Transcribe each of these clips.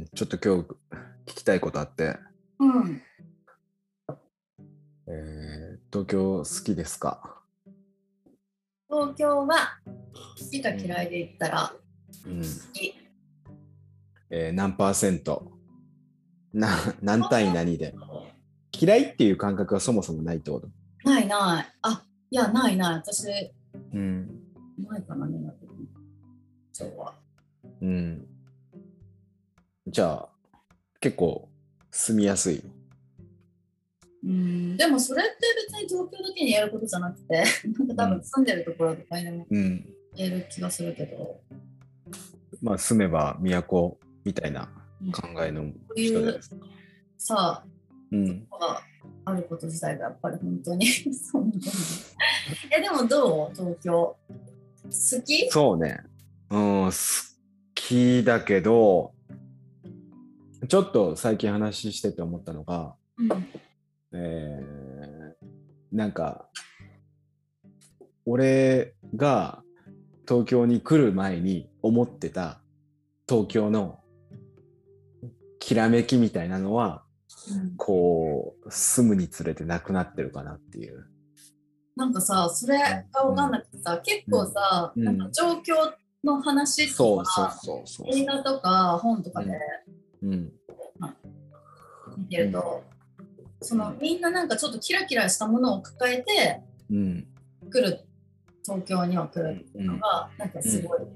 ちょっと今日聞きたいことあって、 うん。 東京好きですか？ 東京は好きか嫌いで言ったらうん。 好き。 何パーセント何対何で嫌いっていう感覚はそもそもないってこと？ ないない。あ、いや、ないない。私、 うん。 ないかな、ね、今日は。 うん。じゃあ、結構住みやすい。 でもそれって別に東京だけにやることじゃなくて、なんか多分住んでるところとかにでもうん。 言える気がするけど、 まあ、住めば都みたいな考えのこういう人です。 さ、 うん。 とこがあること自体がやっぱり本当にそんなことない。でもどう東京好き？ そうね。うん、好きだけど、ちょっと最近話してて思ったのが、 うん。 えなんか俺が東京に来る前に思ってた東京のきらめきみたいなのは、こう住むにつれてなくなってるかなっていう。 なんかさ、それが分かんなくてさ、結構さ、なんか状況の話とそうそうか、 そうそう。 映画とか本とかで、見てると、そのみんななんかちょっとキラキラしたものを抱えて来る、東京には来るっていうのが、なんかすごい、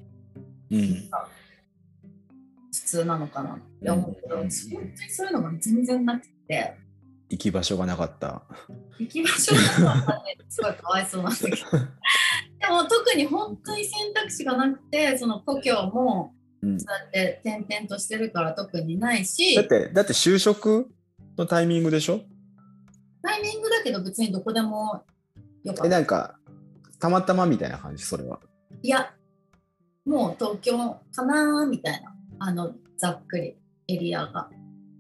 普通なのかなって思うけど、本当にそういうのが全然なくて。 行き場所がなかった。 行き場所がなかったね、すごいかわいそうなんだけど。でも特に本当に選択肢がなくて、その故郷もそうやって転々としてるから特にないし、 だって就職のタイミングでしょ？ タイミングだけど別にどこでもよかった。 なんかたまたまみたいな感じ？それは。 いや、もう東京かなみたいな、ざっくりエリアが。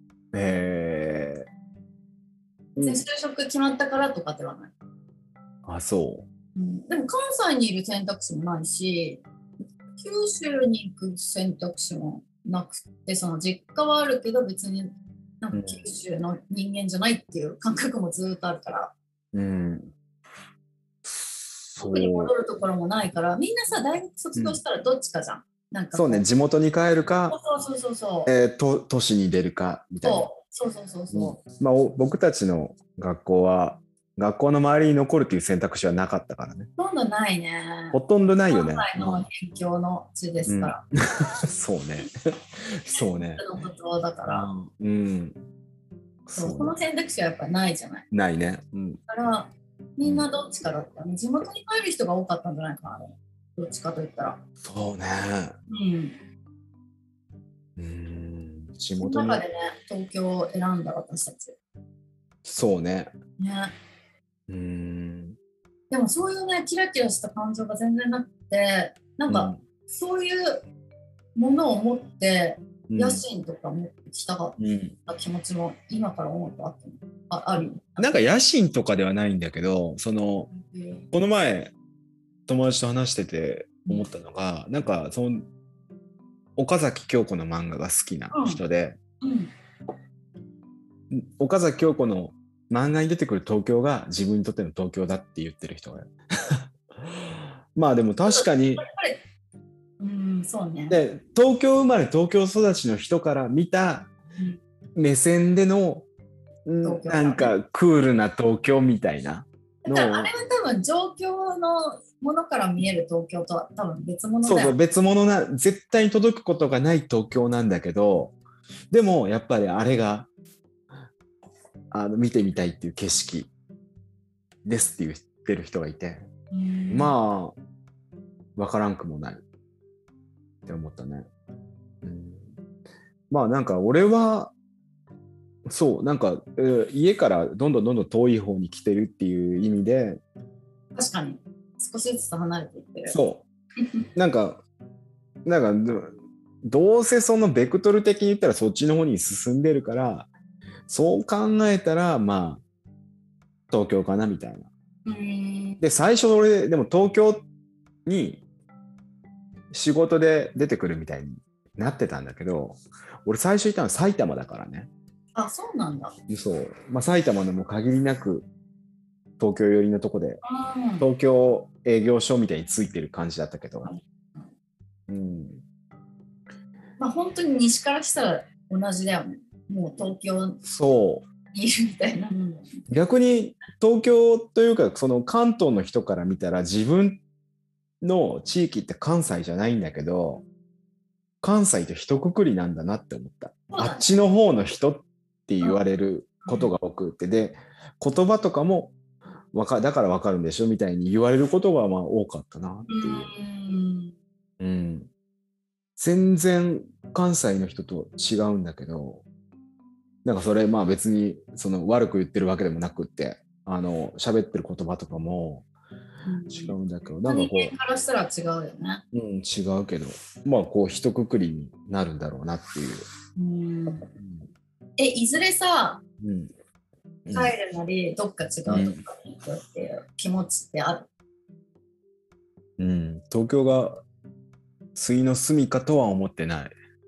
別に就職決まったからとかではない。 あ、そう。 でも関西にいる選択肢もないし、九州に行く選択肢もなくて、その実家はあるけど別になんか九州の人間じゃないっていう感覚もずっとあるから、特に戻るところもないから、みんなさ、大学卒業したらどっちかじゃん。なんかそうね、地元に帰るか、都市に出るかみたいな。まあ、僕たちの学校は学校の周りに残るという選択肢はなかったからね。 ほとんどないね。 ほとんどないよね。 関西の辺境の地ですから。 そうね。そうね。 のことだから。この選択肢はやっぱないじゃない。 ないね。 だからみんなどっちかだったね。地元に帰る人が多かったんじゃないかな。どっちかといったら。 そうね。 地元の中でね、東京を選んだ私たち。 そうね。 でもそういうね、キラキラした感情が全然なくて、なんか、そういうものを持って、野心とか持ってきたかった気持ちも今から思うとあるよ。 なんか野心とかではないんだけど、この前友達と話してて思ったのが、なんか岡崎京子の漫画が好きな人で、岡崎京子の漫画に出てくる東京が自分にとっての東京だって言ってる人がまあでも確かにそうね。 で東京生まれ東京育ちの人から見た目線での、なんかクールな東京みたいなの。だからあれは多分状況のものから見える東京とは多分別物だよ。 そう別物な、絶対に届くことがない東京なんだけど、でもやっぱりあれが見てみたいっていう景色ですって言ってる人がいて、まあ分からんくもないって思ったね。まあなんか俺はそうなんか、家からどんどん遠い方に来てるっていう意味で、 確かに少しずつ離れていってる。 そうなんかどうせそのベクトル的に言ったらそっちの方に進んでるから、そう考えたらまあ東京かなみたいな。で最初俺でも東京に仕事で出てくるみたいになってたんだけど、俺最初いたの埼玉だからね。 あ、そうなんだ。 そう。まあ、埼玉でも限りなく東京寄りのとこで、 うん。 東京営業所みたいについてる感じだったけど、うん。 まあ本当に西からしたら同じだよね。もう東京そう。 にいるみたいなもんだよね。 逆に東京というか、その関東の人から見たら自分の地域って関西じゃないんだけど、関西と一括りなんだなって思った。 そうだね。 あっちの方の人って言われることが多くて、で、言葉とかもだから分かるんでしょみたいに言われることがまあ多かったなっていう。うん。全然関西の人と違うんだけど、なんかそれまあ別にその悪く言ってるわけでもなくって、喋ってる言葉とかも違うんだけど、なんかこ人間からしたら違うよね。 う、違うけど、まあこう一括りになるんだろうなっていう。 いずれさ、 うん帰るなり、どっか違うとこに行くっていう気持ちってある？ 東京が終の住みかとは思ってない。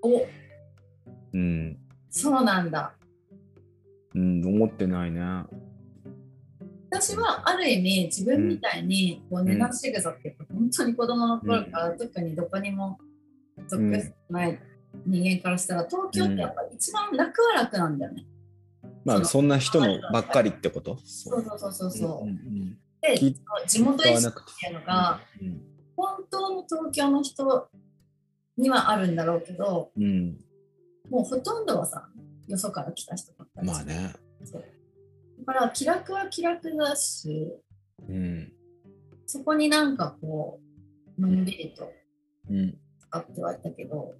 そうなんだ。 思ってないね。 私はある意味自分みたいにこう根なし仕草っていうか、本当に子供の頃から特にどこにも属してない人間からしたら、東京ってやっぱ一番楽は楽なんだよね。 まあそんな人のばっかりってこと？ そう。で、地元意識っていうのが、本当の東京の人にはあるんだろうけど、もうほとんどはさ、よそから来た人ばっかり。 まあね。 だから気楽は気楽だし、そこになんかこうのんびりと使ってはいたけど、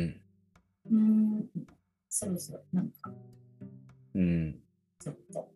そろそろなんか、ちょっと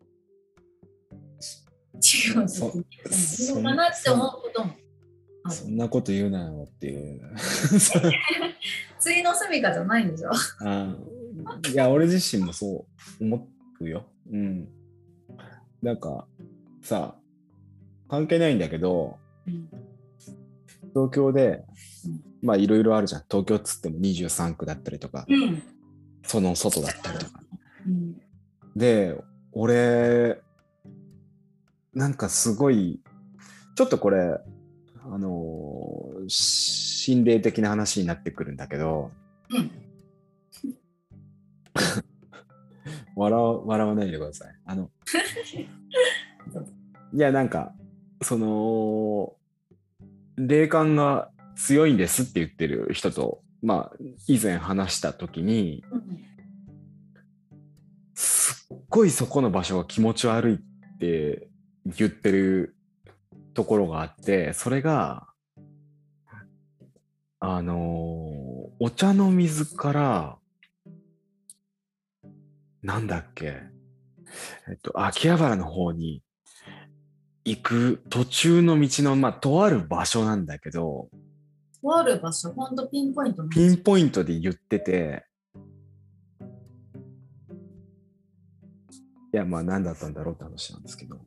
違う時にいいのかなって思うこともある。 そんなこと言うなよっていう。 終の住みかじゃないんでしょ。 いや、俺自身もそう思うよ。なんかさ、関係ないんだけど、東京で、まあいろいろあるじゃん。東京っつっても23区だったりとか、その外だったりとか。で、俺、なんかすごい、ちょっとこれ、心霊的な話になってくるんだけど、笑わないでください。いや、なんか、その、霊感が強いんですって言ってる人と、まあ、以前話した時に、すっごいそこの場所が気持ち悪いって言ってるところがあって、それが、お茶の水から、なんだっけ、秋葉原の方に行く途中の道の、まあ、とある場所なんだけど、 とある場所、ほんとピンポイント。 ピンポイントで言ってて、いや、まあ、何だったんだろうって話なんですけど。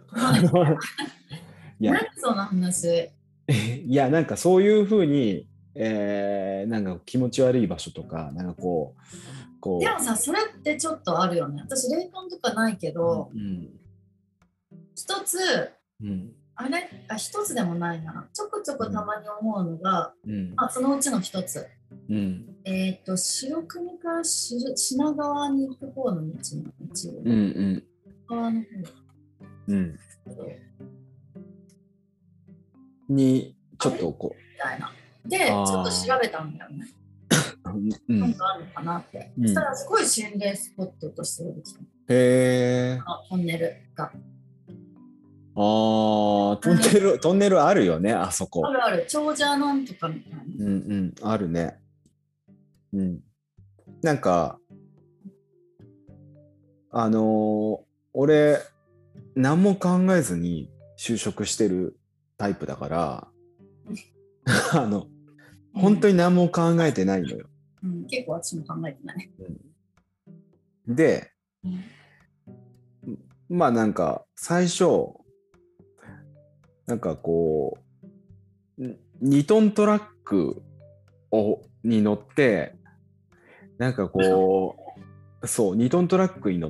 いや、何その話。 いや、なんかそういうふうに、なんか気持ち悪い場所とか、なんかこう。 でもさ、それってちょっとあるよね。私、霊感とかないけど、一つ、一つでもないな。ちょこちょこたまに思うのが、そのうちの一つ。白組から品川に行く方の道の川の方。 に、ちょっとこう。 みたいな。で、ちょっと調べたんだよね。なんかあるのかなって。そしたらすごい心霊スポットとして出てきた。 へー。 トンネルが。 トンネルあるよね、あそこ。 あるある。長者なんとかみたいな。 あるね。なんか、俺、何も考えずに就職してるタイプだから、本当に何も考えてないのよ。 結構私も考えてない。 で、まあなんか最初、なんかこう、2トントラックをに乗って、なんかこう、そう、2トントラックに乗って、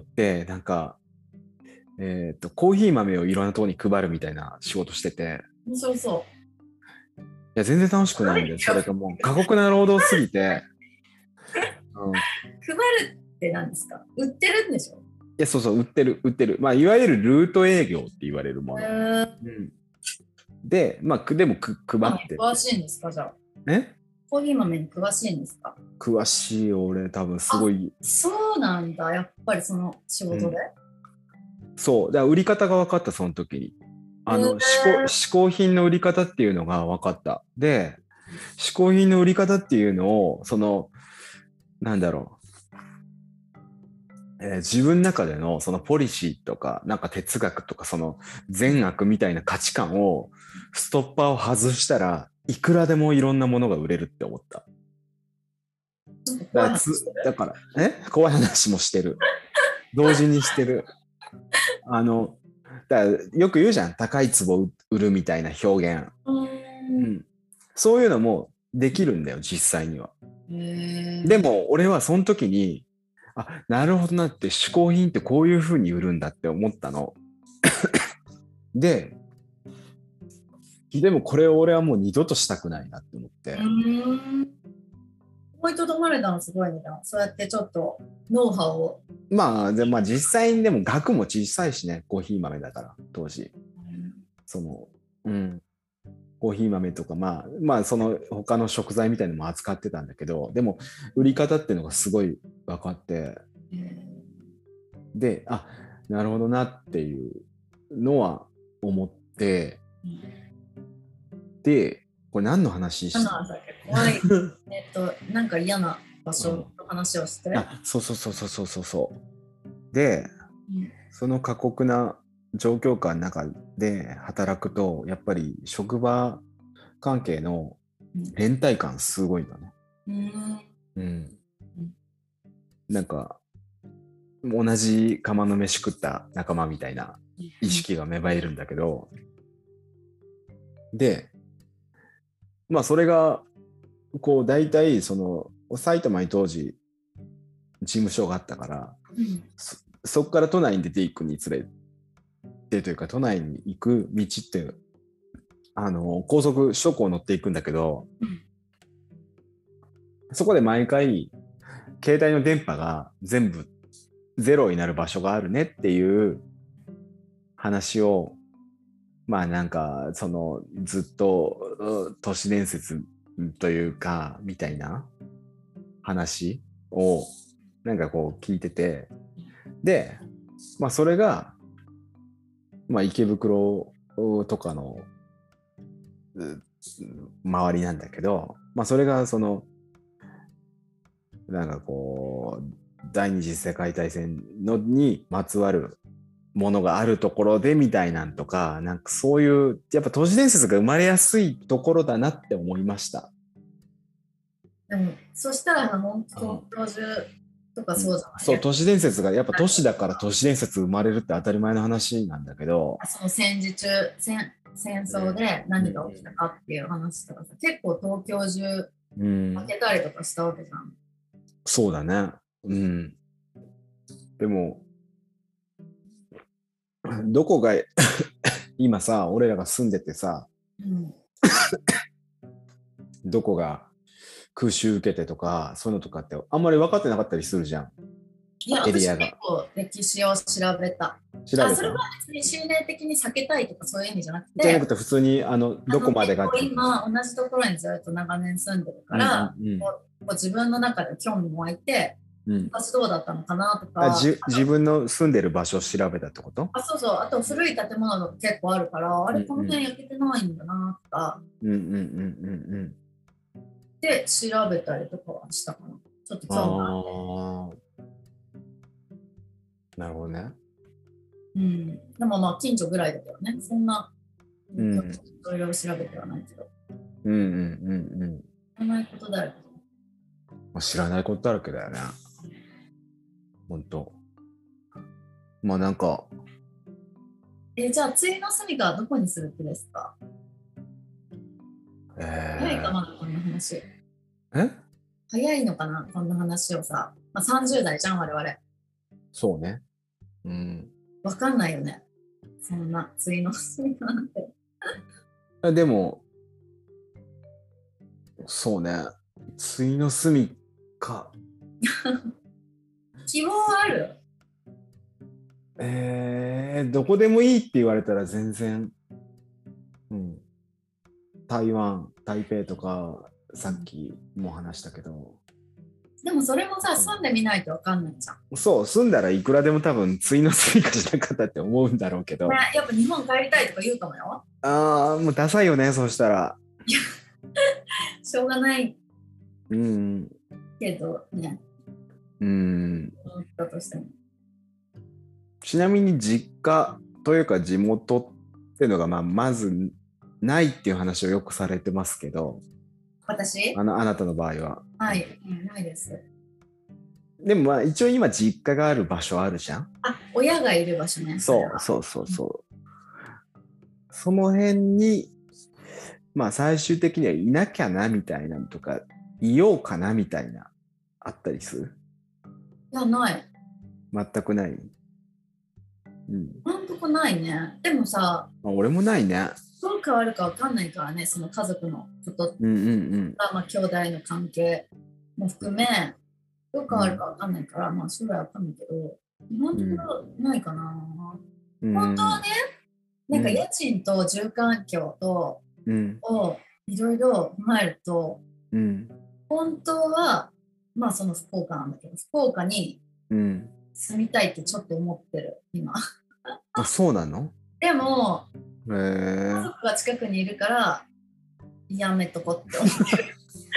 なんか、コーヒー豆をいろんなところに配るみたいな仕事してて、 面白そいや、全然楽しくないんだよ。それがもう過酷な労働すぎて、うん、い配るって何ですか？売ってるんでしょ？ や、そうそう、売ってる、売ってる。まあ、いわゆるルート営業って言われるもの。うん、で、まあ、でも配ってて。 詳しいんですか？じゃあ。 えコーヒー豆に詳しいんですか？ 詳しいよ、俺、多分すあ、 ごい。 そうなんだ。やっぱりその仕事で。 そう。だから売り方が分かった、その時に。 へー嗜好品の売り方っていうのが分かった。で、嗜好品の売り方っていうのを、なんだろう、自分の中でのそのポリシーとか、なんか哲学とか、その善悪みたいな価値観を、ストッパーを外したらいくらでもいろんなものが売れるって思った。 なんか怖い話してる。 だから、怖い話もしてる。同時にしてる。あの、だからよく言うじゃん。高い壺売るみたいな表現。うん。そういうのもできるんだよ、実際には。でも、俺はその時に、あ、なるほどなって、嗜好品ってこういう風に売るんだって思ったの。で、でもこれを俺はもう二度としたくないなって思って。 思いとどまれたのすごいね。そうやってちょっとノウハウを。 まあ実際にでも額も小さいしね、コーヒー豆だから、当時。うん。コーヒー豆とか、まあその他の食材みたいなのも扱ってたんだけど、でも売り方っていうのがすごい分かって、で、あ、なるほどなっていうのは思って、で、これ何の話して怖い。なんか嫌な場所の話をして。 そう。で、その過酷な状況下の中で働くと、やっぱり職場関係の連帯感すごいのね。なんか、同じ釜の飯食った仲間みたいな意識が芽生えるんだけど、で、まあそれが、こう大体埼玉に当時事務所があったから、そこから都内に出ていくにつれてというか、都内に行く道って高速首都高を乗っていくんだけど、そこで毎回携帯の電波が全部ゼロになる場所があるねっていう話を、まあなんかずっと都市伝説というかみたいな話をなんかこう聞いてて、で、まあそれがまあ池袋とかの周りなんだけど、まあそれがなんかこう第二次世界大戦にまつわるものがあるところでみたいなんとか、なんかそういうやっぱ都市伝説が生まれやすいところだなって思いました。 でもそしたら本当東京中とかそうじゃない？ そう、都市伝説がやっぱ都市だから都市伝説生まれるって当たり前の話なんだけど、 その戦時中戦争で何が起きたかっていう話とかさ、結構東京中負けたりとかしたわけじゃん。 そうだね。でもどこが今さ、俺らが住んでてさ、どこが空襲受けてとかそういうのとかってあんまり分かってなかったりするじゃん。 いや、私結構歴史を調べた。それは別に心霊的に避けたいとかそういう意味じゃなくて、 普通にどこまでが今同じところにずっと長年住んでるから、自分の中で興味も湧いて、昔どうだったのかなとか。 自分の住んでる場所を調べたってこと？ そうそう。あと古い建物が結構あるから、あれこの辺焼けてないんだなとか。で調べたりとかはしたかな。ちょっと興味あって。 なるほどね。 でもまあ近所ぐらいだけどね。そんな、いろいろ調べてはないけど。知らないことだらけ。 知らないことだらけだよね。本当。まあなんか。 じゃあ次の住みかはどこにする気ですか？ないかまだこんな話。 早いのかな、こんな話をさ。まあ、30代じゃん、我々。 そうね。うん。 わかんないよね。そんな、次の睡なんて。 でも、そうね。対の隅か。 希望ある？ どこでもいいって言われたら全然、うん。台湾、台北とか、さっきも話したけど、 でもそれもさ、住んでみないとわかんないじゃん。 そう、住んだらいくらでも多分、対の住みかしなかったって思うんだろうけど、 ね、やっぱ日本帰りたいとか言うかもよ。 ああ、もうダサいよね、そうしたら。 しょうがないうん。 けどね、 うん。 思ったとしても。 ちなみに実家というか地元っていうのが、まずないっていう話をよくされてますけど、 私あなたの場合は。 はい、ないです。 でも一応今実家がある場所あるじゃん。 あ、親がいる場所ね、それは。 そう。その辺に、最終的にはいなきゃなみたいなのとか、いようかなみたいな、あったりする？ いや、ない。 全くない。うん。 今んとこないね。でもさ、 俺もないね。 どう変わるかわかんないからね、その家族のことうんうんまあ、兄弟の関係も含め、どう変わるかわかんないから、まあ、将来わかんないけど、今のところないかな。 うん。 本当はね、なんか家賃と住環境とをいろいろ踏まえると、 うん。 本当は、まあその福岡なんだけど、福岡にうん。 住みたいってちょっと思ってる、今。 あ、そうなの？ でも、 へえ。 家族が近くにいるから、やめとこって思ってる。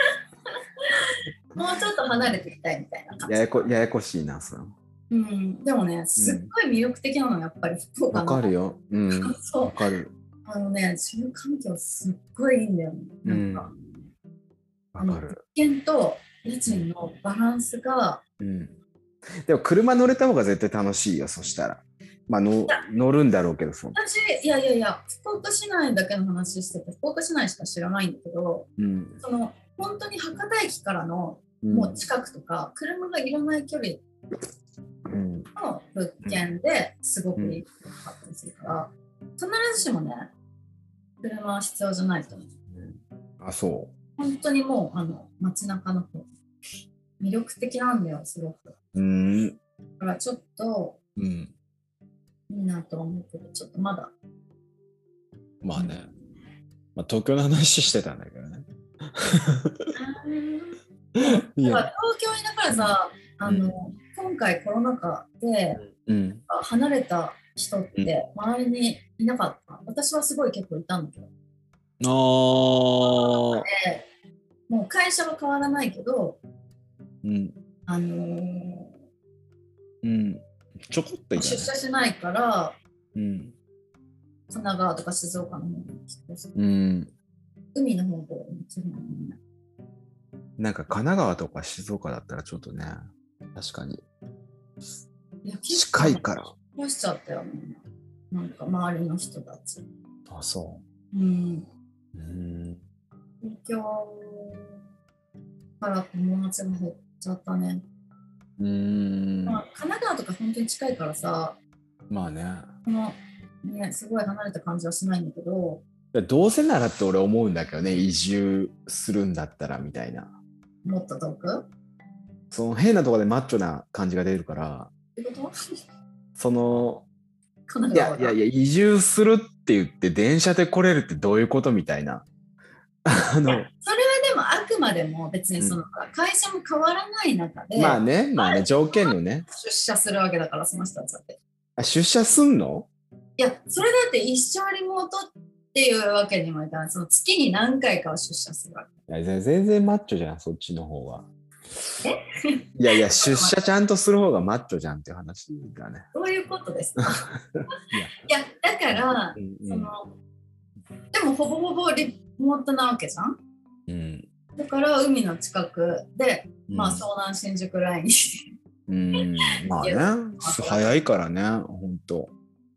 もうちょっと離れていきたいみたいな感じ。 ややこしいな、それ。 うん、でもね、すっごい魅力的なのがやっぱり福岡わの。 かるよ。うん。 そう。 わかる。 住環境すっごいいいんだよね。なんか、物わかる。 件と家賃のバランスが、 うん。でも車乗れた方が絶対楽しいよ、そしたら。乗るんだろうけど、 私、いや、福岡市内だけの話してて、福岡市内しか知らないんだけど、その、本当に博多駅からのもう近くとか、車がいらない距離の物件ですごくいいかったりするから、必ずしもね、車は必要じゃないと思う。 あ、そ本当にもう、街中の方、魅力的なんだよ、すごく。だからちょっと、いいなと思うけど、ちょっとまだ。 まあね。東京の話してたんだけどね。 だから東京にだからさ、今回コロナ禍で、離れた人って周りにいなかった。私はすごい結構いたんだけど。もう会社は変わらないけど、 ちょこっといたね。 出社しないから、神奈川とか静岡の方に引っ越す。海の方でもちろんみんな。 なんか神奈川とか静岡だったらちょっとね、確かに。近いから。 引っ越しちゃったよ、みんな。なんか周りの人たち。 あ、そう。 東京から友達が減っちゃったね。神奈川とか本当に近いからさ、 まあね。 すごい離れた感じはしないんだけど。 どうせならって俺思うんだけどね、移住するんだったらみたいな。 もっと遠く？ その変なところでマッチョな感じが出るから、その、いや、移住するって言って電車で来れるってどういうことみたいな。 それはでもあくまでも別にその会社も変わらない中で、 まあね、条件のね。 出社するわけだから、その人たちだって。 出社すんの？ いや、それだって一生リモートっていうわけにもいかない。その月に何回かは出社するわけ。 全然マッチョじゃん、そっちの方が。いや、出社ちゃんとする方がマッチョじゃんっていう話だね。 どういうことですか？いや、だから、でもほぼほぼリモートなわけじゃん。だから海の近くで、湘南新宿ラインに。 まあね、早いからね、ほんと。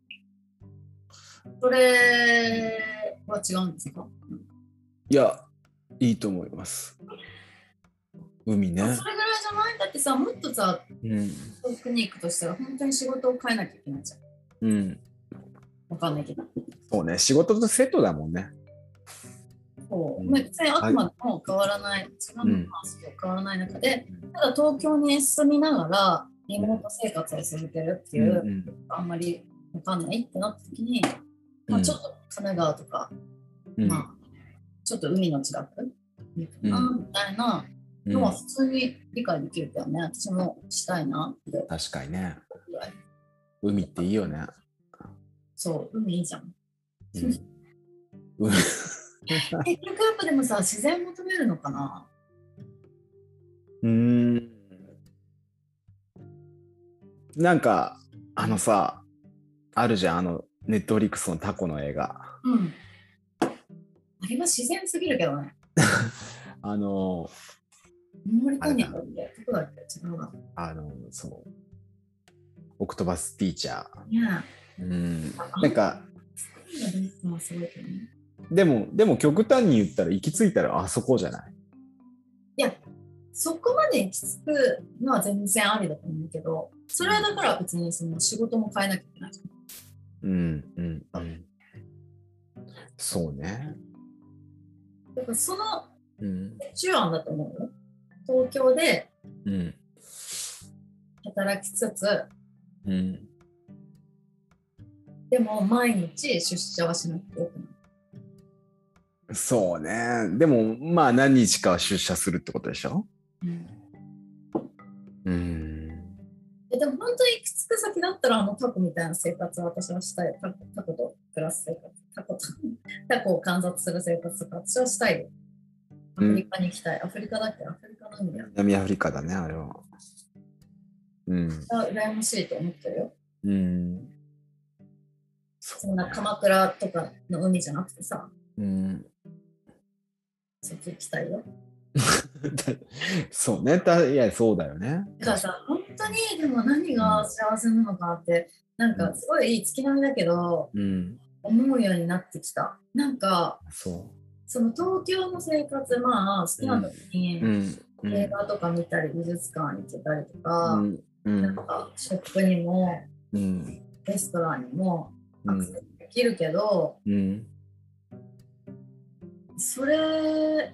それは違うんですか？ いや、いいと思います。 海ね。 それぐらいじゃない？だってさ、もっとさ、 うん。 遠くに行くとしたら本当に仕事を変えなきゃいけないじゃん。 うん。 わかんないけど。 そうね。仕事とセットだもんね。 そう。 うん、 別にあくまでも変わらない、自分の話と変わらない中で、ただ東京に住みながらリモート生活を続けるっていう、あんまりわかんないってなった時に、まあ、ちょっと神奈川とか、まあ、ちょっと海の近くに行くな、みたいなのは普通に理解できるけどね。私もしたいなって。 確かにね。海っていいよね。 そう、海いいじゃん。 結局やっぱでもさ、自然求めるのかな？ なんかさ、あるじゃん、ネットフリックスのタコの映画。 うん。あれは自然すぎるけどね。モリタニアだっけ？どこだっけ？違うな。 そう。オクトバスティーチャー。 ねえ。なんか、 すごいけどね。 でも極端に言ったら行き着いたらあそこじゃない？ いや、そこまで行き着くのは全然ありだと思うけど、それはだから別にその仕事も変えなきゃいけないじゃん。 そうね。 だからその手腕だと思うよ。東京で働きつつ、でも毎日出社はしなくてよくない？ そうね。でもまあ何日かは出社するってことでしょ？ でも本当に行き着く先だったらタコみたいな生活は私はしたい。タコと暮らす生活、タコを観察する生活とか私はしたいよ。アフリカに行きたい。アフリカだっけ？アフリカなんだよ。 南アフリカだね、あれは。 羨ましいと思ってるよ。そんな鎌倉とかの海じゃなくてさ。そっち行きたいよ。 そうね。いや、そうだよね。 だからさ、本当にでも何が幸せなのかって、なんかすごい月並みだけど、思うようになってきた。なんか、その東京の生活、まあ、好きな時に映画とか見たり、美術館に行けたりとか、なんか、ショップにも、レストランにもアクセスできるけど、それ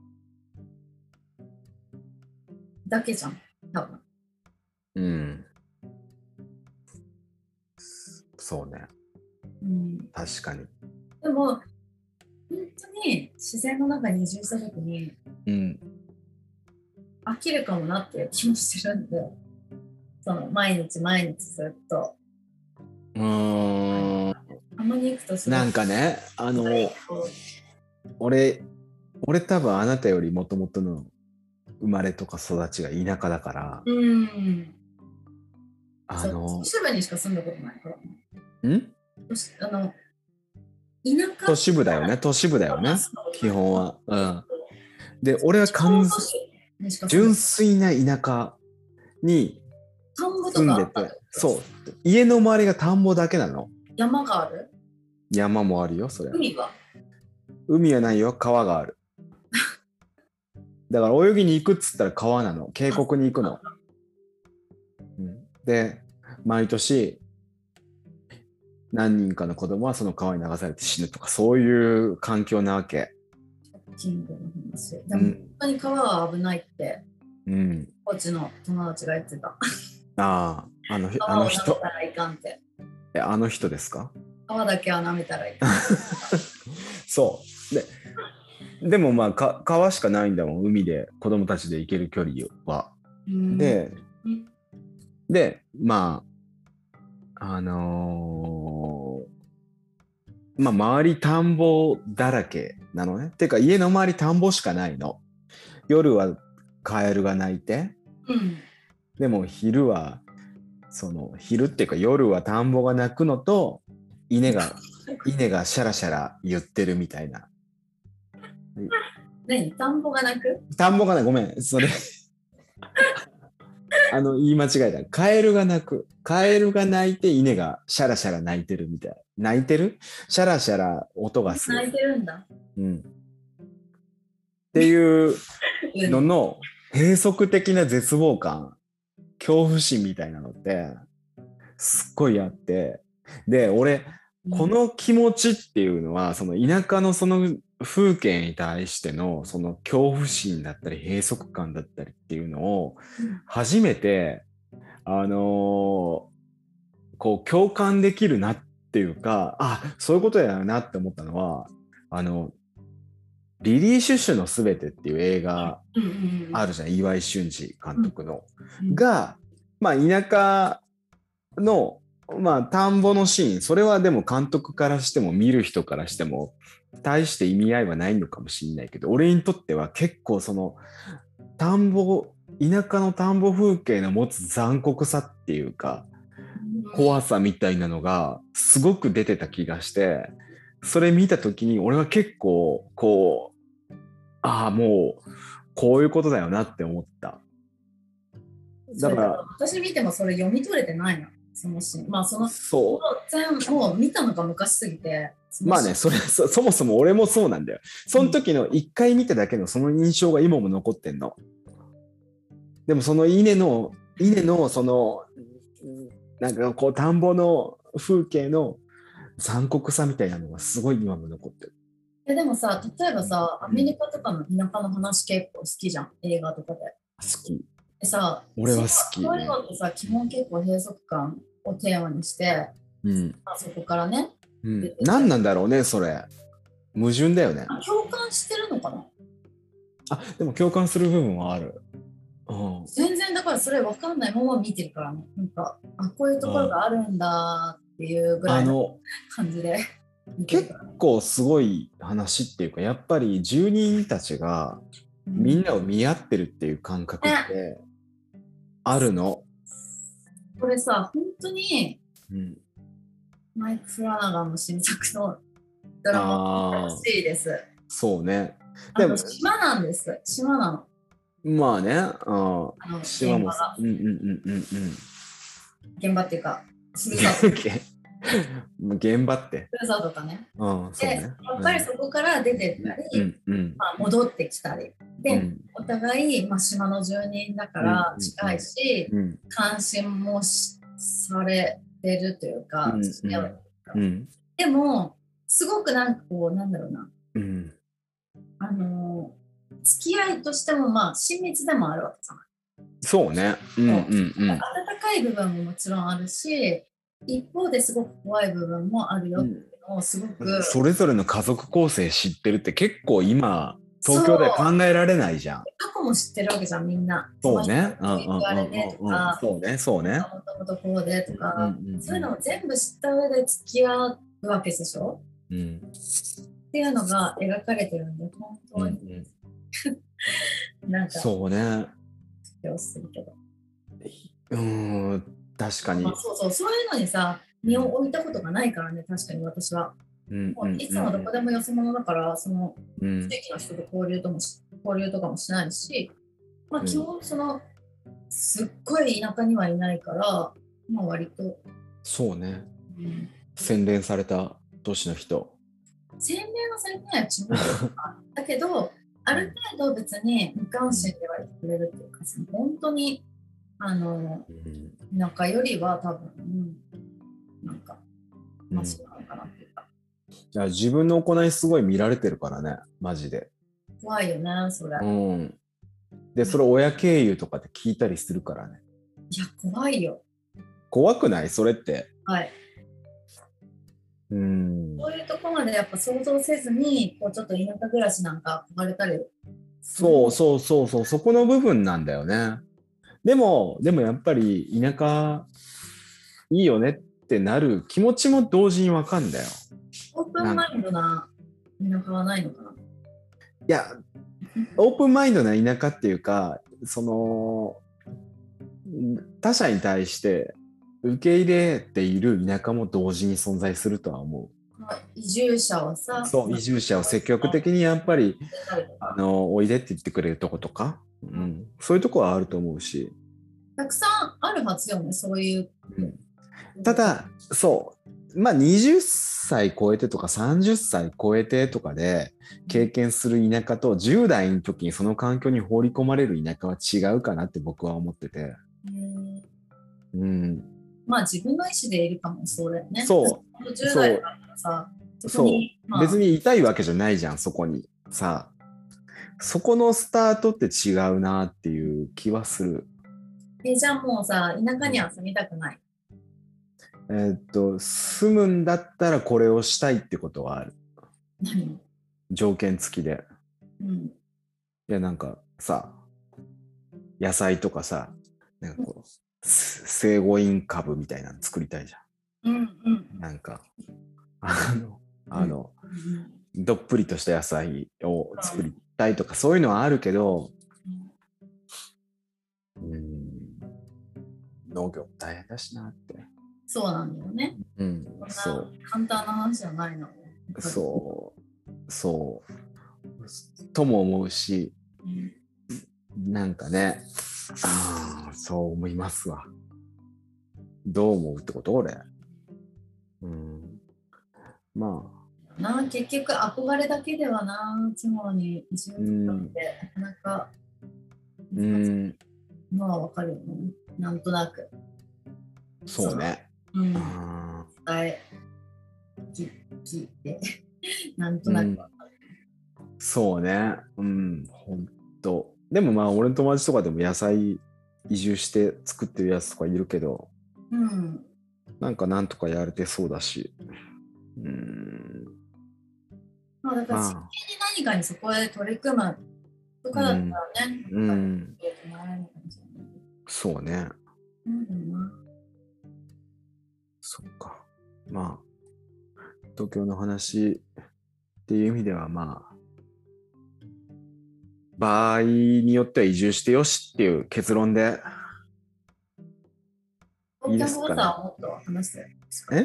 だけじゃん、多分。 そうね。確かに。 でも、本当に自然の中に移住した時に、飽きるかもなっていう気もしてるんで、その毎日ずっと。たまに行くとすごい。 なんかね、俺多分あなたよりもともとの生まれとか育ちが田舎だから。 都市部にしか住んだことないから。 都市部だよね、基本は。で、俺は純粋な田舎に住んでて、そう、家の周りが田んぼだけなの。 山がある？ 山もあるよ、それ。 海はないよ、川がある。だから泳ぎに行くっつったら川なの、渓谷に行くの。で、毎年何人かの子供はその川に流されて死ぬとか、そういう環境なわけ。 でも本当に川は危ないって、コーチの友達が言ってた。 あの人。 川を舐めたらいかんって。 あの人ですか？ 川だけは舐めたらいかん。 そうでもまあ川しかないんだもん、海で子供たちで行ける距離は。でまあまあ周り田んぼだらけなのね。てか家の周り田んぼしかないの。夜はカエルが鳴いて、でも昼っていうか夜は田んぼが鳴くのと稲がシャラシャラ言ってるみたいな。 何？田んぼが鳴く？ 田んぼがない、ごめん、それ言い間違えた。カエルが鳴く。カエルが鳴いて稲がシャラシャラ鳴いてるみたい。鳴いてる？シャラシャラ音がする。 鳴いてるんだ。 っていうのの閉塞的な絶望感、恐怖心みたいなのってすっごいあって、で俺この気持ちっていうのはその田舎のその風景に対してのその恐怖心だったり閉塞感だったりっていうのを初めてこう共感できるなっていうか、あ、そういうことだよなって思ったのは、あのリリー・シュシュのすべてっていう映画あるじゃん、岩井俊二監督の。が、まあ田舎の、まあ田んぼのシーン、それはでも監督からしても見る人からしても大して意味合いはないのかもしれないけど、俺にとっては結構その田舎の田んぼ風景の持つ残酷さっていうか、怖さみたいなのがすごく出てた気がして、それ見た時に俺は結構こう、ああもうこういうことだよなって思った。 だから私見てもそれ読み取れてないの、そのシーン。まあそのそうもう見たのが昔すぎて。 まあね、そもそも俺もそうなんだよ。その時の一回見ただけのその印象が今も残ってんの。でもその稲のそのなんかこう田んぼの風景の残酷さみたいなのがすごい今も残ってる。 でもさ、例えばさ、アメリカとかの田舎の話結構好きじゃん、映画とかで。 好き。 でさ、 俺は好き。 そういうのってさ、基本結構閉塞感をテーマにして、そこからね。 何なんだろうね、それ。矛盾だよね。 共感してるのかな。 でも共感する部分はある。 全然だからそれ分かんないまま見てるからね。なんか、こういうところがあるんだっていうぐらいの感じで。 結構すごい話っていうか、やっぱり住人たちがみんなを見合ってるっていう感覚ってあるの。 これさ、本当に、マイク・フラナガンの新作のドラマらしいです。 そうね。 でも島なんです。島なの。 まあね。島も。 現場っていうか、 現場って。 ふるさとかね。 で、 やっぱりそこから出てったり、戻ってきたり。で、お互い、島の住人だから近いし、関心もされてるというか、でも、すごくなんかこう、なんだろうな。付き合いとしても親密でもあるわけじゃない。 そうね。温かい部分ももちろんあるし、一方ですごく怖い部分もあるよっていうのをすごく、 それぞれの家族構成知ってるって結構今東京では考えられないじゃん。 過去も知ってるわけじゃん、みんな。 そうね。 そうね。もともとこうでとか、そういうのを全部知った上で付き合うわけでしょ。っていうのが描かれてるんで、本当に。なんかそうね。 するけど。 確かに。 そういうのにさ、身を置いたことがないからね、確かに私は。いつもどこでもよそ者だから、その地域の人と交流とかもしないし、基本すっごい田舎にはいないから、割と。 そうね。洗練された都市の人。 洗練はされてない地方だけど、ある程度別に無関心ではいてくれるっていうか、本当に田舎よりは多分、なんかマシなのかなっていうか。 いや、自分の行いすごい見られてるからね、マジで。 怖いよね、それ。 で、それ親経由とかで聞いたりするからね。 いや、怖いよ。 怖くないそれって。 はい。そういうところまでやっぱ想像せずに、ちょっと田舎暮らしなんか憧れたり。 そう、そこの部分なんだよね。でもやっぱり田舎いいよねってなる気持ちも同時にわかんだよ。 オープンマインドな田舎はないのかな。いや、オープンマインドな田舎っていうか、他者に対して受け入れている田舎も同時に存在するとは思う。 移住者をさ、 移住者を積極的にやっぱりおいでって言ってくれるとことか、そういうとこはあると思うし、 たくさんあるはずよね、そういう。 ただまあ20歳超えてとか30歳超えてとかで経験する田舎と10代の時にその環境に放り込まれる田舎は違うかなって僕は思ってて。うん。 まあ自分の意思でいるかもそうだよね。 そう。 10代だからさ、 そう。別にいたいわけじゃないじゃん、そこに。さあ。そこのスタートって違うなっていう気はする。 じゃあもうさ、田舎には住みたくない。 住むんだったらこれをしたいってことはある。 何？ 条件付きで。 うん。 いや、なんかさ、野菜とかさ、なんかこう、生後イ株みたいなの作りたいじゃん。 うんうん。 なんか、どっぷりとした野菜を作りたいとか、そういうのはあるけど、農業大変だしなって。 そうなんだよね。 うん、そう。 簡単な話じゃないの。 そう、そう。とも思うし、なんかね、そう思いますわ。どう思うってこと俺。まあ。結局憧れだけではな、地方に移住とかってなかなか難しいのはわかるよね。なんとなく。 そうね。 聞いて、なんとなくわかる。 そうね。ほんと。でもまあ俺の友達とかでも野菜移住して作ってるやつとかいるけど、なんかなんとかやれてそうだし。 まあだから真剣に何かにそこで取り組むとかだったらね、 そうね。そっか。まあ、東京の話っていう意味ではまあ、場合によっては移住してよしっていう結論でいいですかね。 東京の良さはもっと話してるんですか？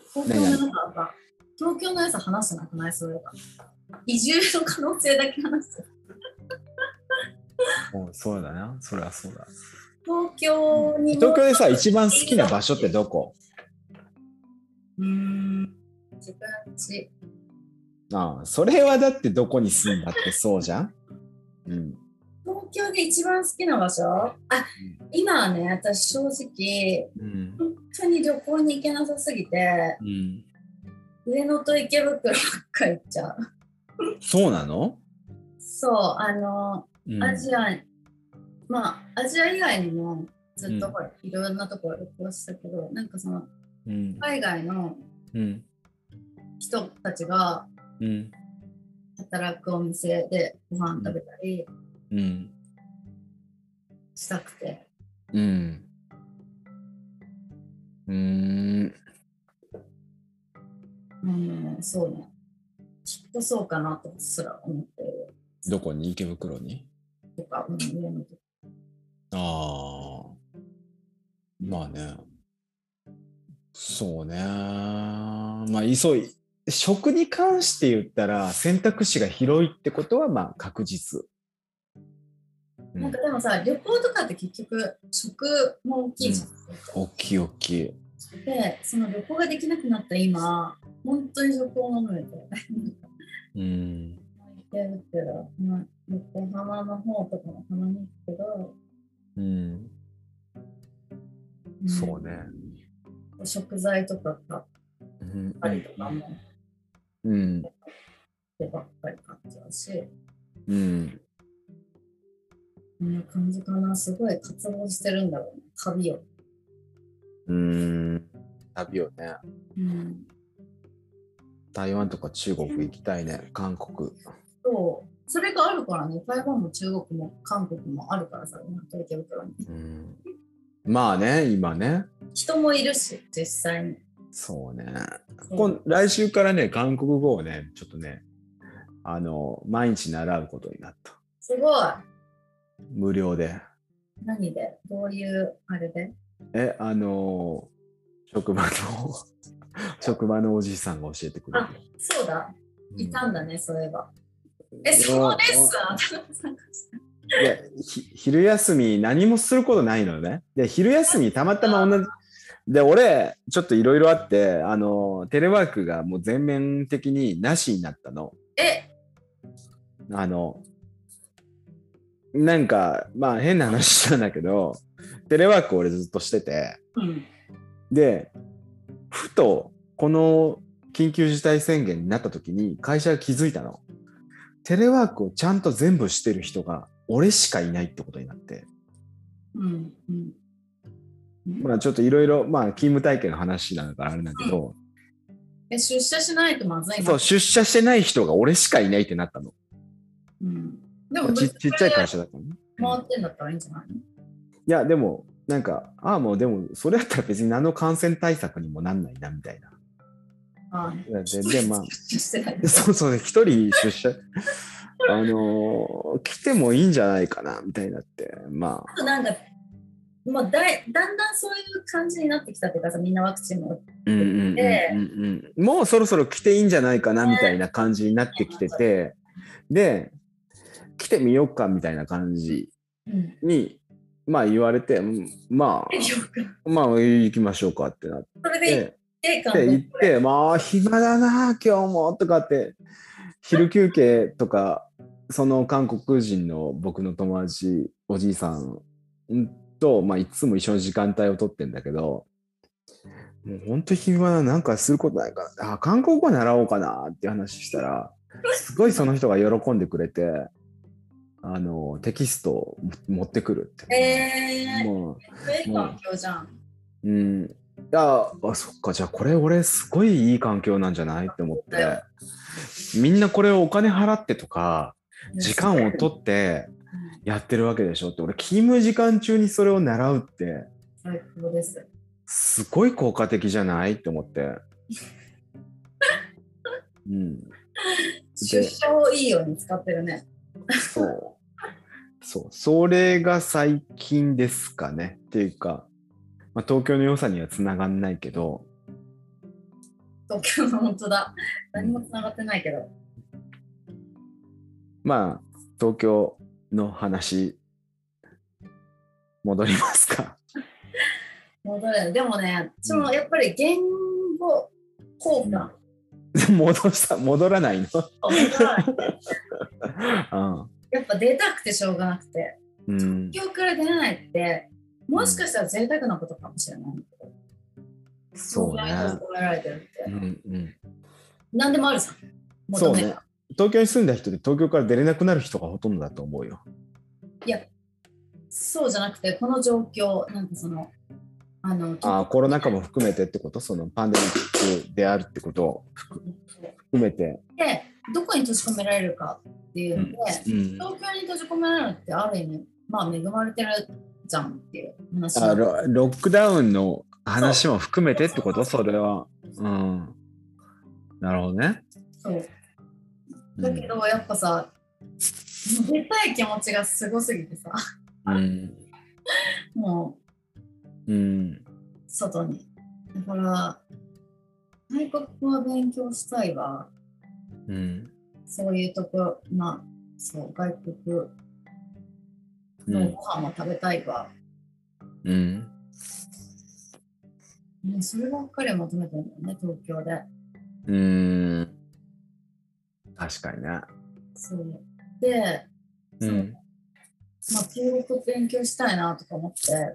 東京の良さ話してなくない？それが移住の可能性だけ話してる。 そうだな。それはそうだ。 東京でさ、一番好きな場所ってどこ？ 自分家。 それはだってどこに住んだってそうじゃん。 東京で一番好きな場所？今はね、私正直、本当に旅行に行けなさすぎて、上野と池袋ばっか行っちゃう。 そうなの？ そう、アジア以外にもずっといろんなところ旅行したけど、なんかその、海外の人たちが働くお店でご飯食べたりしたくて。そうね。きっとそうかなとすら思ってる。 どこに？池袋に？ とか、上のとこ。 まあね。そうね。まあ、食に関して言ったら選択肢が広いってことはまあ確実。 なんかでもさ、旅行とかって結局食も大きいじゃん。 大きい。 で、その旅行ができなくなった今、本当に食を飲むみたいな。言ってるけど、横浜の方とかもたまに行くけど、 そうね。 食材とか買ったりとかも、でばっかり買っちゃうし、こんな感じかな。すごい渇望してるんだろうね。旅を。 旅をね。台湾とか中国行きたいね。韓国。 そう。それがあるからね。台湾も中国も韓国もあるからさ、東京からに。 まあね、今ね。 人もいるし、実際に。 そうね。来週からね、韓国語をね、ちょっとね、毎日習うことになった。すごい。 無料で。 何で？どういうあれで？ 職場のおじいさんが教えてくれる。 そうだ。いたんだね、そういえば。そのレッスンいや、昼休み何もすることないのね。で、昼休みたまたまで、俺、ちょっといろいろあって、テレワークがもう全面的になしになったの。 え、 あの、なんか、まあ変な話なんだけど、テレワーク俺ずっとしてて、 うん、 で、ふと、この緊急事態宣言になった時に会社が気づいたの。テレワークをちゃんと全部してる人が俺しかいないってことになって。 うんうん、 まあちょっといろいろ、まあ勤務体系の話なのからあれだけど、 出社しないとまずいな。 そう、出社してない人が俺しかいないってなったの。 うん、でまあ、 もちっちゃい会社だったのね。 回ってんだったらいいんじゃないの？ いや、でも、なんか、もうでも、それだったら別に何の感染対策にもなんないな、みたいな。 あで、ま出社してないあ、そうそう、一人出社、来てもいいんじゃないかな、みたいになって、まあ。 あとなんか、もうだんだんそういう感じになってきたっていうかさ、みんなワクチンも打って、 もうそろそろ来ていいんじゃないかな、みたいな感じになってきてて、で、来てみようか、みたいな感じに、まあ言われて、まあ行きましょうかってなって。 それで行って、まあ暇だな今日もとかって昼休憩とかその韓国人の僕の友達おじいさんと、まあ、いつも一緒の時間帯を取ってんだけど、もう本当に暇だなんかすることないから韓国語習おうかなって話したらすごいその人が喜んでくれてテキストを持ってくるって、 もういい環境じゃん。 そっか、じゃあこれ俺すごいいい環境なんじゃないって思って、みんなこれをお金払ってとか時間を取ってやってるわけでしょって、俺勤務時間中にそれを習うって最高です。 すごい効果的じゃないって思って。 出社をいいように使ってるね。 そう、それが最近ですかねっていうか、まあ、東京の良さにはつながんないけど、 東京の本当だ、何もつながってないけど、 まあ東京の話戻りますか。 戻れる。でもね、そのやっぱり言語交換、 戻らないのやっぱ出たくてしょうがなくて、東京から出ないってもしかしたら贅沢なことかもしれないけど、 そうね。 何でもあるさ。 そうね。東京に住んだ人で東京から出れなくなる人がほとんどだと思うよ。 いや、そうじゃなくてこの状況なんかそのコロナ禍も含めてってこと、そのパンデミックであるってことを含めて。 で、どこに閉じ込められるかっていうので、東京に閉じ込められるってある意味、まあ恵まれてるじゃんっていう話。 ロックダウンの話も含めてってこと、それは。なるほどね。 そう。だけど、やっぱさ、出たい気持ちがすごすぎてさ、もう、外に。だから、外国語は勉強したいわ。そういうとこ、まあ、そう、外国のご飯も食べたいわ。そればっかり求めてるんだよね、東京で。 確かにね。 そう。で、まあ、中国勉強したいなとか思って、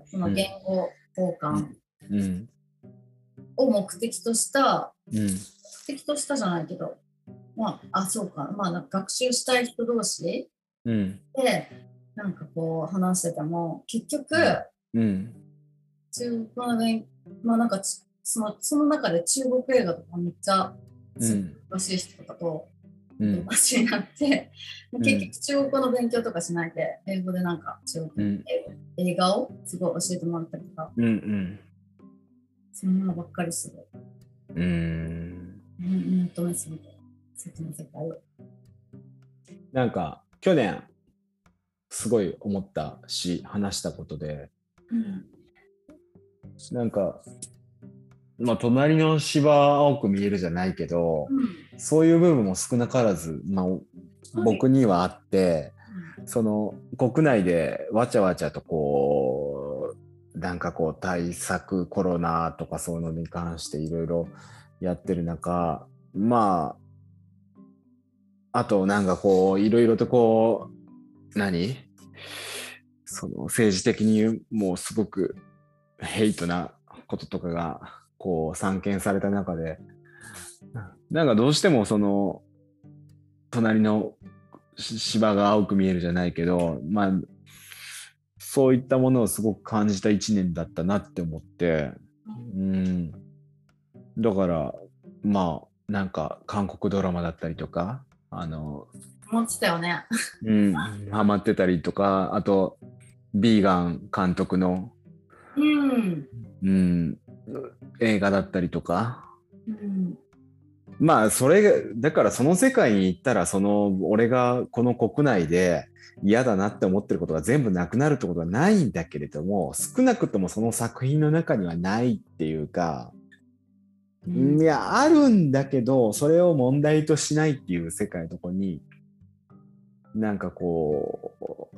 その言語交換を目的とした、目的としたじゃないけど、まあ、そうか、まあ、なんか学習したい人同士で、なんかこう話してても、結局、中国のまあなんかその中で中国映画とかめっちゃ詳しい人とかと友達になって、結局中国語の勉強とかしないで英語でなんか中国の映画をすごい教えてもらったりとか、そんなのばっかりする。求めすぎて外の世界を。 なんか去年すごい思ったし話したことで、なんか、まあ、隣の芝青く見えるじゃないけど、そういう部分も少なからず、まあ、僕にはあって、その国内でわちゃわちゃとこうなんかこう対策コロナとかそういうのに関していろいろやってる中、まああとなんかこういろいろとこうその政治的にもうすごくヘイトなこととかがこう散見された中で、なんかどうしてもその隣の芝が青く見えるじゃないけど、まあそういったものをすごく感じた一年だったなって思って、だからまあなんか韓国ドラマだったりとか思ってたよね。 ハマってたりとか、あとビーガン監督の、映画だったりとか、まあそれだからその世界に行ったら俺がこの国内で嫌だなって思ってることが全部なくなるってことはないんだけれども、少なくともその作品の中にはないっていうか、いやあるんだけどそれを問題としないっていう世界のとこになんかこ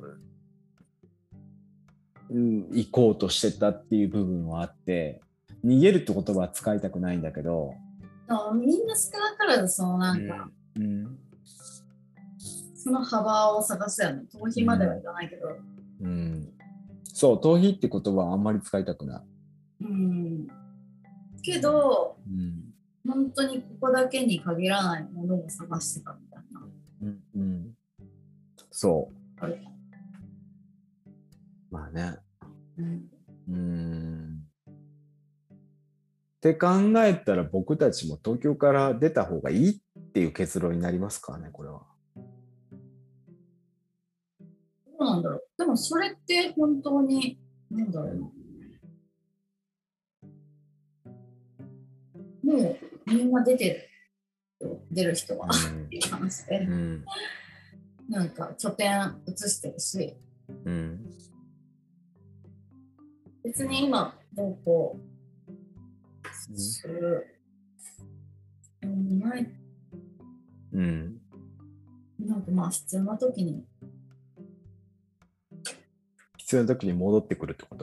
う、行こうとしてたっていう部分はあって、逃げるって言葉は使いたくないんだけど、 みんな少なからずそのなんか、その幅を探すよね。逃避まではいかないけど。 そう、逃避って言葉はあんまり使いたくない。 けど、本当にここだけに限らないものを探してたみたいな。 そう。まあね。って考えたら僕たちも東京から出た方がいいっていう結論になりますからね、これは。 どうなんだろう。でもそれって本当に、なんだろうな。もうみんな出る人は、っていう話で、なんか拠点移してるし、別に今どうこうするない、なんかまあ必要な時に戻ってくるってこと？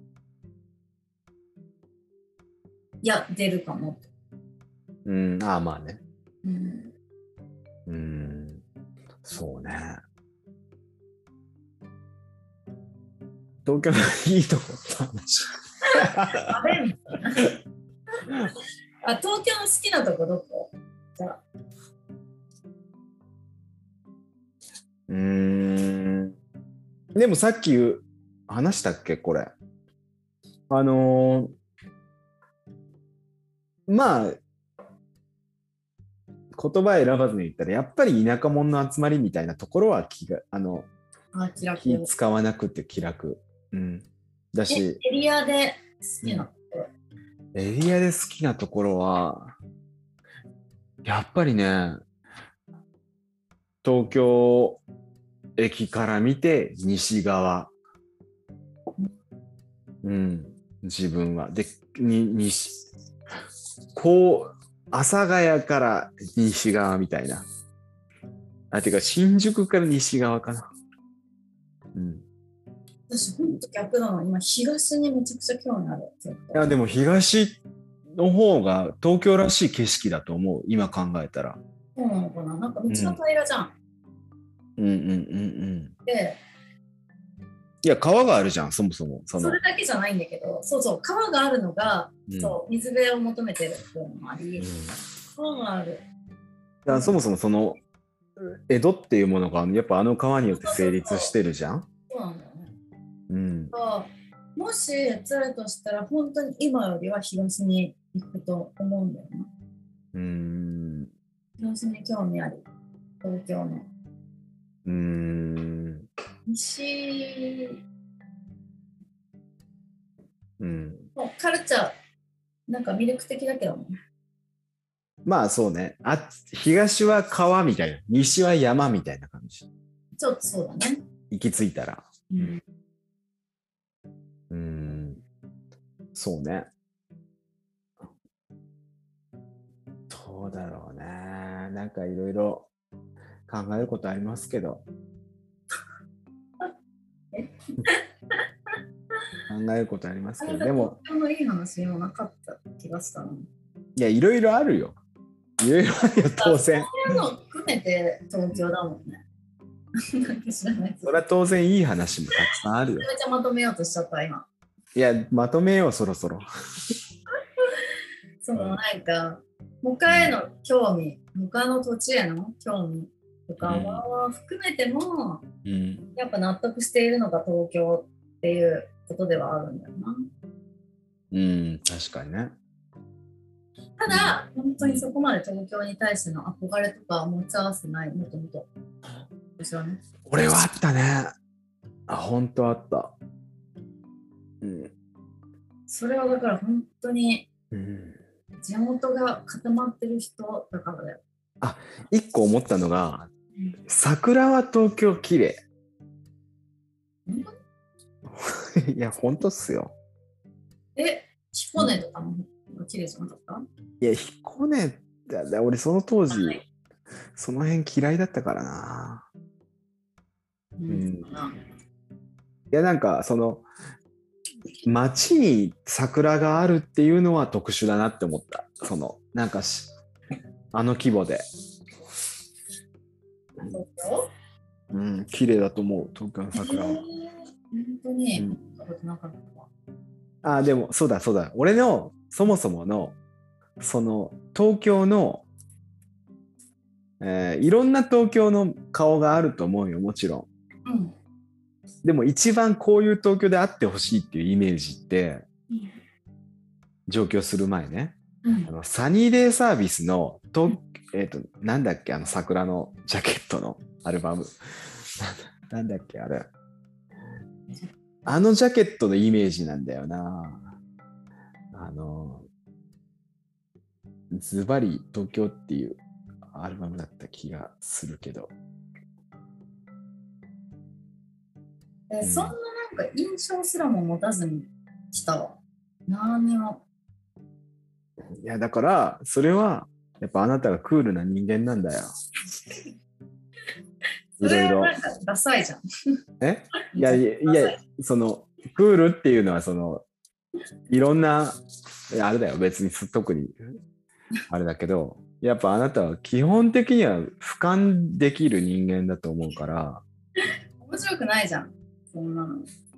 いや出るかも。 ああまあね。そうね。東京のいいとこって話。 東京の好きなとこどこ？じゃあ。 でもさっき話したっけこれ。まあ言葉選ばずに言ったらやっぱり田舎者の集まりみたいなところは気使わなくて気楽、だし、 エリアで好きなところ、 エリアで好きなところはやっぱりね、東京駅から見て西側、自分はでこう阿佐ヶ谷から西側みたいな。てか新宿から西側かな。 私ほんと逆なの。今東にめちゃくちゃ興味ある。 いやでも東の方が東京らしい景色だと思う。今考えたら。 そうなのかな。なんか道の平らじゃん。で、 いや川があるじゃん、そもそも。 それだけじゃないんだけど、そう川があるのが、そう水辺を求めてるっていうのもあり、川がある。 そもそもその江戸っていうものがやっぱあの川によって成立してるじゃん。 そうなんだよね。もし釣るとしたら本当に今よりは東に行くと思うんだよな。東に興味ある。東京の。西。もうカルチャーなんか魅力的だけどね。 まあそうね。東は川みたいな、西は山みたいな感じ。 ちょっとそうだね。 行き着いたら。そうね。どうだろうね。なんかいろいろ考えることありますけど。 えることありますけど、 でも東京のいい話もなかった気がしたの。 いや、いろいろあるよ。いろいろあるよ、当然。 そういうのを含めて東京だもんね。なんか知らない。 それは当然いい話もたくさんあるよ。 めちゃめちゃまとめようとしちゃった、今。 いや、まとめよう、そろそろ。 なんか、他への興味、他の土地への興味とかは含めても、やっぱ納得しているのが東京っていうことではあるんだよな。 確かにね。 ただ、本当にそこまで東京に対しての憧れとか持ち合わせない、もともと。私はね。 俺はあったね。本当あった。 それはだから本当に、地元が固まってる人だからだよ。 一個思ったのが、桜は東京綺麗。いや、本当っすよ。 彦根とかも綺麗じゃなかった？ いや、彦根って、俺その当時、その辺嫌いだったからな。いや、なんかその街に桜があるっていうのは特殊だなって思った。なんかあの規模で。 東京？ 綺麗だと思う、東京の桜は。 本当に、見たことなかったわ。 でもそうだ。俺のそもそものその東京の、いろんな東京の顔があると思うよ、もちろん。でも一番こういう東京であってほしいっていうイメージって、上京する前ね、サニーデイサービスのなんだっけ、桜のジャケットのアルバムなんだっけあれ、あのジャケットのイメージなんだよな。ズバリ東京っていうアルバムだった気がするけど、 そんななんか印象すらも持たずにしたわ。何にも。 いや、だからそれはやっぱあなたがクールな人間なんだよ。 いろいろ。なんかダサいじゃん。 いや、そのクールっていうのはいろんなあれだよ、別に特にあれだけど、やっぱあなたは基本的には俯瞰できる人間だと思うから。 面白くないじゃん、そんなの。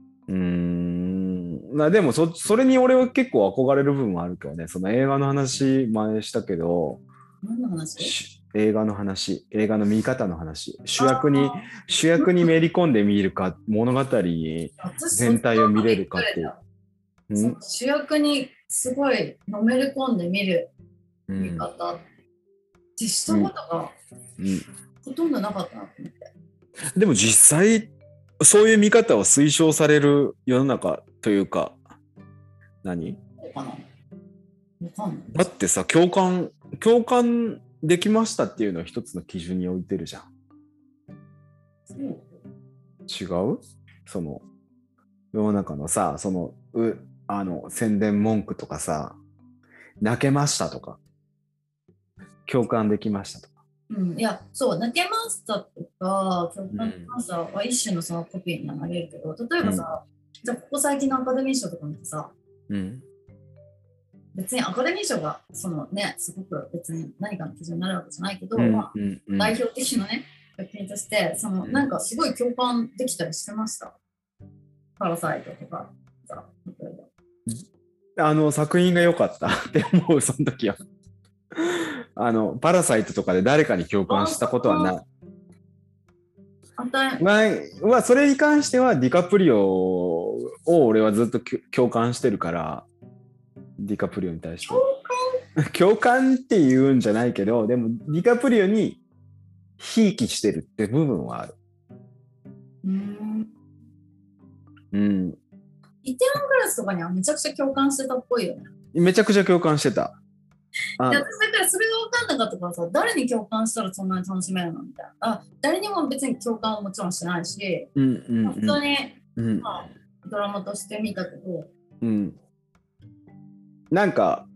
でもそれに俺は結構憧れる部分もあるけどね。その映画の話前したけど、 何の話？ 映画の話、映画の見方の話、主役にめり込んで見るか、物語全体を見れるかっていう。 主役にすごいのめり込んで見る見方ってしたことがほとんどなかったなと思って。 でも実際そういう見方を推奨される世の中というか、何？だってさ、共感できましたっていうのは一つの基準に置いてるじゃん。違う？その世の中のさ、宣伝文句とかさ、泣けましたとか、共感できましたとか。 いや、そう、泣けましたとか、共感できましたは一種のそのコピーになれるけど、例えばさ、じゃあここ最近のアカデミー賞とか見てさ、別にアカデミー賞がすごく別に何かの基準になるわけじゃないけど、代表的なね、作品としてなんかすごい共感できたりしてました。パラサイトとかさ、例えば作品が良かったって思う、その時は。パラサイトとかで誰かに共感したことはない。それに関してはディカプリオを俺はずっと共感してるから、ディカプリオに対して共感っていうんじゃないけど、でもディカプリオにひいきしてるって部分はある。 イテウォンクラスとかにはめちゃくちゃ共感してたっぽいよね。 めちゃくちゃ共感してた。 私だからそれが分かんなかったからさ、誰に共感したらそんなに楽しめるのみたいな。誰にも別に共感はもちろんしてないし、本当に、ドラマとして見たけど、 なんか、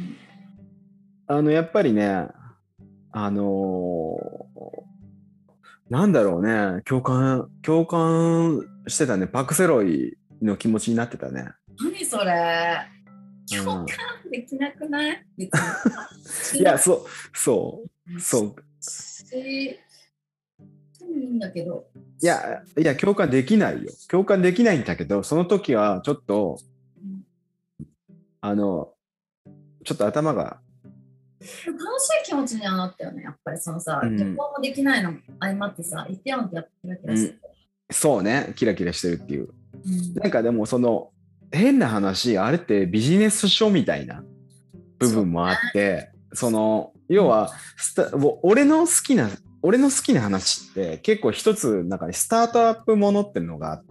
やっぱりね、なんだろうね、共感してたね。パクセロイの気持ちになってたね。 何それ、共感できなくない？別にいや、そういいんだけど。 いや共感できないよ。共感できないんだけど、その時はちょっとちょっと頭が楽しい気持ちにはなったよね。やっぱりそのさ、結婚もできないの相まってさ、イテウォンってやってキラキラしてる、 そうね、キラキラしてるっていう。なんかでもその変な話、あれってビジネス書みたいな部分もあって、その要は俺の好きな話って結構一つなんかね、スタートアップものってのがあって、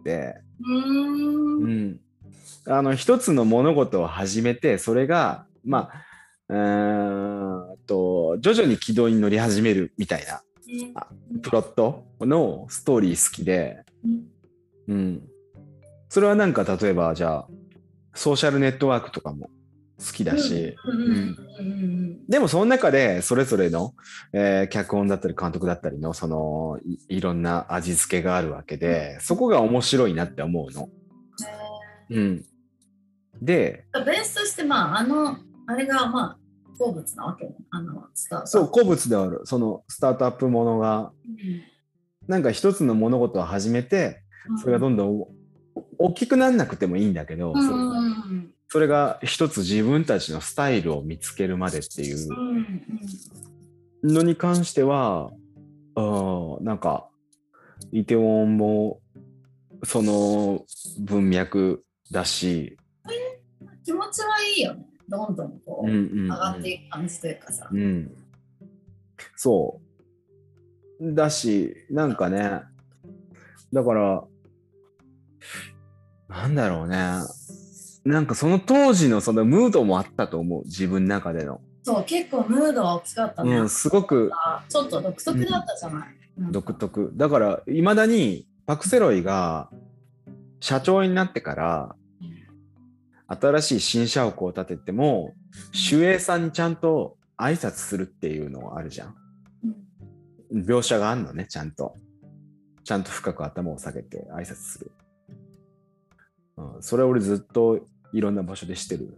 一つの物事を始めて、それがまあ徐々に軌道に乗り始めるみたいなプロットのストーリー好きで、それはなんか例えばじゃあソーシャルネットワークとかも好きだし、でもその中でそれぞれの、脚本だったり監督だったりのその いろんな味付けがあるわけで、そこが面白いなって思うの。で、 ベースとしてあれが好物なわけね。 そう、好物である。そのスタートアップものが、なんか一つの物事を始めて、それがどんどん大きくならなくてもいいんだけど、それが一つ自分たちのスタイルを見つけるまでっていうのに関しては、なんかイテウォンもその文脈だし、 気持ちはいいよね。どんどんこう、上がっていく感じというかさ。 そうだし、なんかね、だからなんだろうね、なんかその当時のそのムードもあったと思う、自分の中での。 そう、結構ムードは大きかったね。 すごくちょっと独特だったじゃない。 独特だから、いまだにパク・セロイが社長になってから新しい新社屋を建てても守衛さんにちゃんと挨拶するっていうのがあるじゃん。描写があるのね、ちゃんと深く頭を下げて挨拶する。それを俺ずっといろんな場所でしてる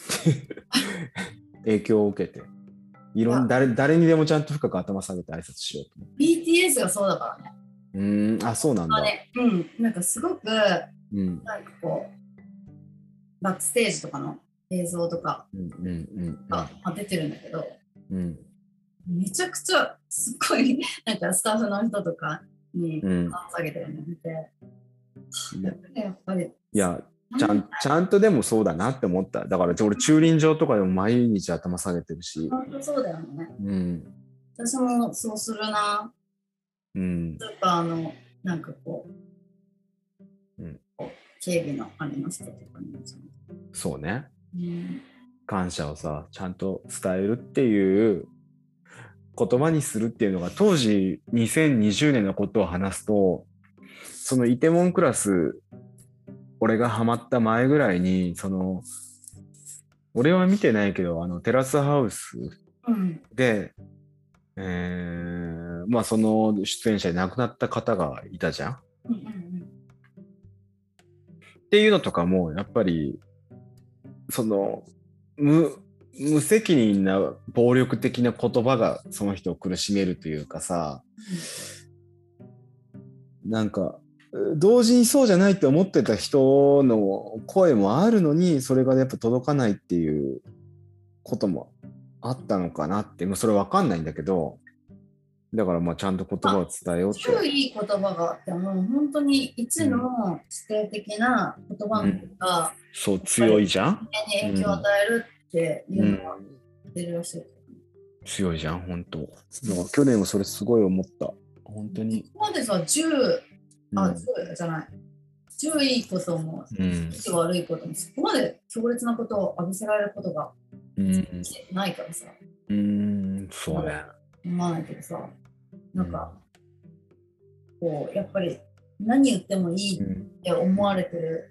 影響を受けて、誰にでもちゃんと深く頭下げて挨拶しようと思って。 BTS がそうだからね。 あ、そうなんだ。 なんかすごく、なんかこうバックステージとかの映像とかが出てるんだけど、めちゃくちゃすごいなんかスタッフの人とかに下げてるのを見て、やっぱりいや、ちゃんとでもそうだなって思った。だから俺駐輪場とかでも毎日頭下げてるし。 本当そうだよね。私もそうするな。スーパーのなんかこう、警備のありましたとかね。 そうね。感謝をさ、ちゃんと伝えるっていう言葉にするっていうのが、当時2020年のことを話すと、そのイテウォンクラス、俺がハマった前ぐらいに、その俺は見てないけど、テラスハウスで、その出演者で亡くなった方がいたじゃん。っていうのとかもやっぱりその無責任な暴力的な言葉がその人を苦しめるというかさ、なんか同時にそうじゃないって思ってた人の声もあるのに、それがやっぱ届かないっていうこともあったのかなって、それ分かんないんだけど、だからちゃんと言葉を伝えようって。 いい言葉があっても本当に一の指定的な言葉の方が、 そう強いじゃん。 影響を与えるっていうのが出るらしい。 強いじゃん、本当。去年もそれすごい思った。本当に。 ここまでさ、10じゃない。10いいことも、1悪いことも、そこまで強烈なことを浴びせられることがないからさ。 そうね。 思わないけどさ、なんか、こう、やっぱり何言ってもいいって思われてる。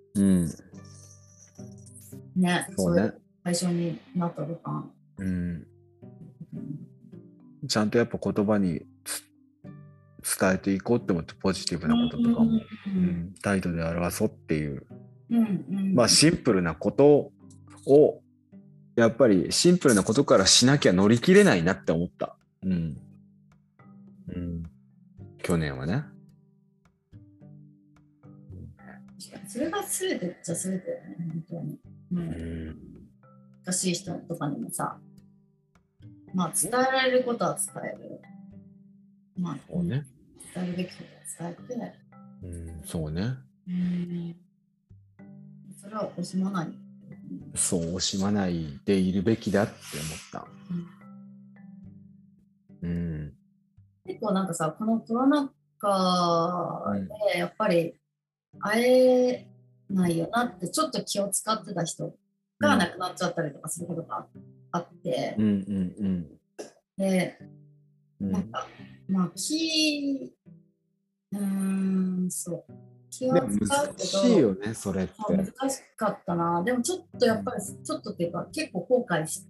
ね、そうね。最初になった途端。ちゃんとやっぱ言葉に伝伝えていこうって思って、ポジティブなこととかも、態度で表そうっていう、まあシンプルなことをやっぱりシンプルなことからしなきゃ乗り切れないなって思った。去年はね。 それが全てっちゃ全てだよね、本当に。難しい人とかにもさ、まあ伝えられることは伝える。まあ、 そうね。 伝えるべきことは伝えて。 そうね。 それは惜しまない。 そう、惜しまないでいるべきだって思った。 結構なんかさ、このコロナ禍でやっぱり会えないよなってちょっと気を使ってた人が亡くなっちゃったりとかすることがあって、で、なんか、まあそう。気は使うけど、 難しいよね、それって。 難しかったな。でもちょっとやっぱり、ちょっとっていうか、結構後悔して、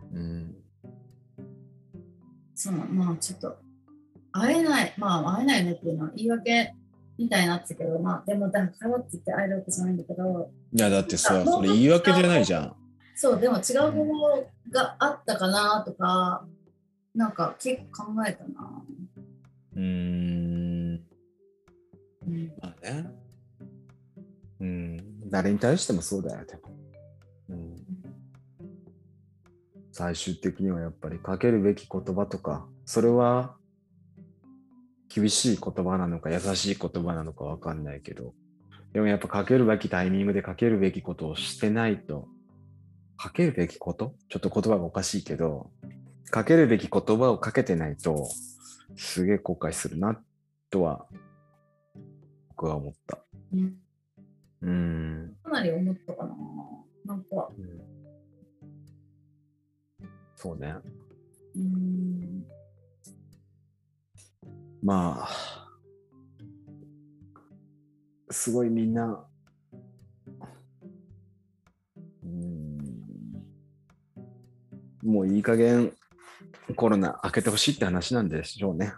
まあちょっと、会えないねっていうのは言い訳みたいになってたけど、まあでも、だからって言って会えるわけじゃないんだけど、 いや、だってさ、それ言い訳じゃないじゃん。 そう、でも違うものがあったかなとか、なんか結構考えたな。 まあね。誰に対してもそうだよ、でも。最終的にはやっぱりかけるべき言葉とか、それは厳しい言葉なのか優しい言葉なのかわかんないけど、でもやっぱかけるべきタイミングでかけるべきことをしてないと、かけるべきことちょっと言葉がおかしいけど、かけるべき言葉をかけてないと、すげえ後悔するな、とは、僕は思った。 かなり思ったかな。なんか。 そうね。まあ、すごいみんな、もういい加減コロナ明けてほしいって話なんでしょうね。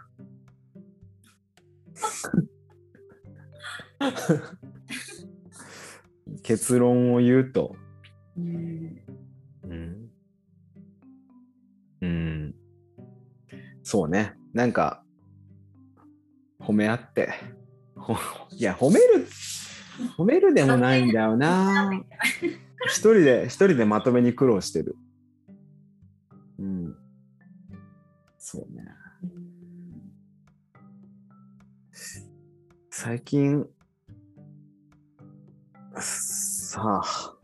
結論を言うと、そうね。なんか褒め合って、いや褒めるでもないんだよな。一人でまとめに苦労してる。そうね。最近さあ、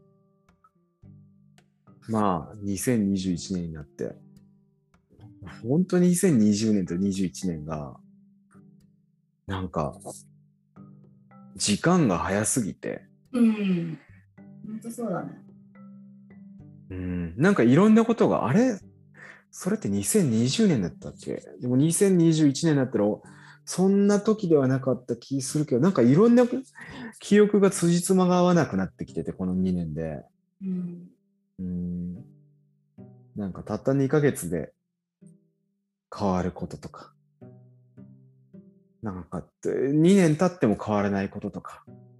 まあ2021年になって本当に2020年と21年がなんか時間が早すぎて、 本当そうだね。 なんかいろんなことがそれって2020年だったっけ？でも2021年になったらそんな時ではなかった気するけど、なんかいろんな記憶が辻褄が合わなくなってきてて、この2年で。なんかたった2ヶ月で変わることとか、なんか2年経っても変わらないこととか、